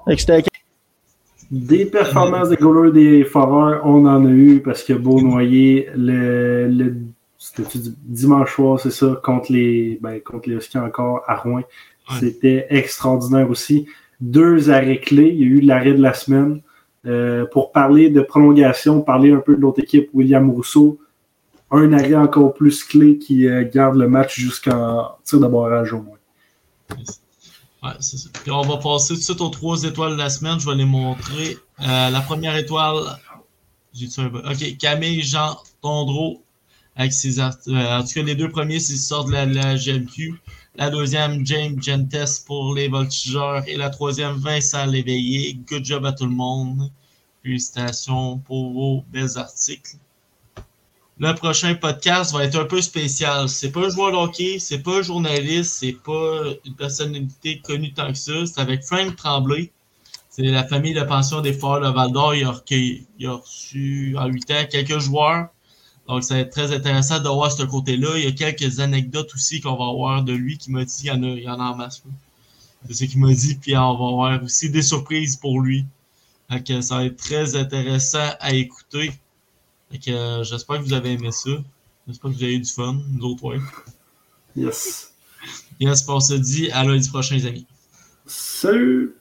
Speaker 3: Des performances des goalers des Foreurs, on en a eu parce que Beaunoyer, c'était dimanche soir, c'est ça, contre les Huskies encore à Rouen. C'était extraordinaire aussi. 2 arrêts clés. Il y a eu l'arrêt de la semaine. Pour parler de prolongation, parler un peu de l'autre équipe, William Rousseau. Un arrêt encore plus clé qui garde le match jusqu'en tir de barrage au moins.
Speaker 2: Ouais, c'est ça. Puis on va passer tout de suite aux 3 étoiles de la semaine. Je vais les montrer. La première étoile, OK, Camille Jean Tondreau avec ses en tout cas, les 2 premiers, c'est sortent de la GMQ. La deuxième, James Gentes pour les Voltigeurs. Et la 3e, Vincent Léveillé. Good job à tout le monde. Félicitations pour vos belles articles. Le prochain podcast va être un peu spécial. C'est pas un joueur de hockey, c'est pas un journaliste, c'est pas une personnalité connue tant que ça. C'est avec Frank Tremblay. C'est la famille de pension des Foreurs de Val-d'Or. Il a reçu en 8 ans quelques joueurs. Donc, ça va être très intéressant de voir ce côté-là. Il y a quelques anecdotes aussi qu'on va avoir de lui qui m'a dit qu'il y en a en masse. C'est ce qu'il m'a dit. Puis on va avoir aussi des surprises pour lui. Donc, ça va être très intéressant à écouter. Donc, j'espère que vous avez aimé ça. J'espère que vous avez eu du fun. Nous autres, ouais.
Speaker 3: Yes.
Speaker 2: Yes, on se dit à lundi prochain, les amis.
Speaker 3: Salut!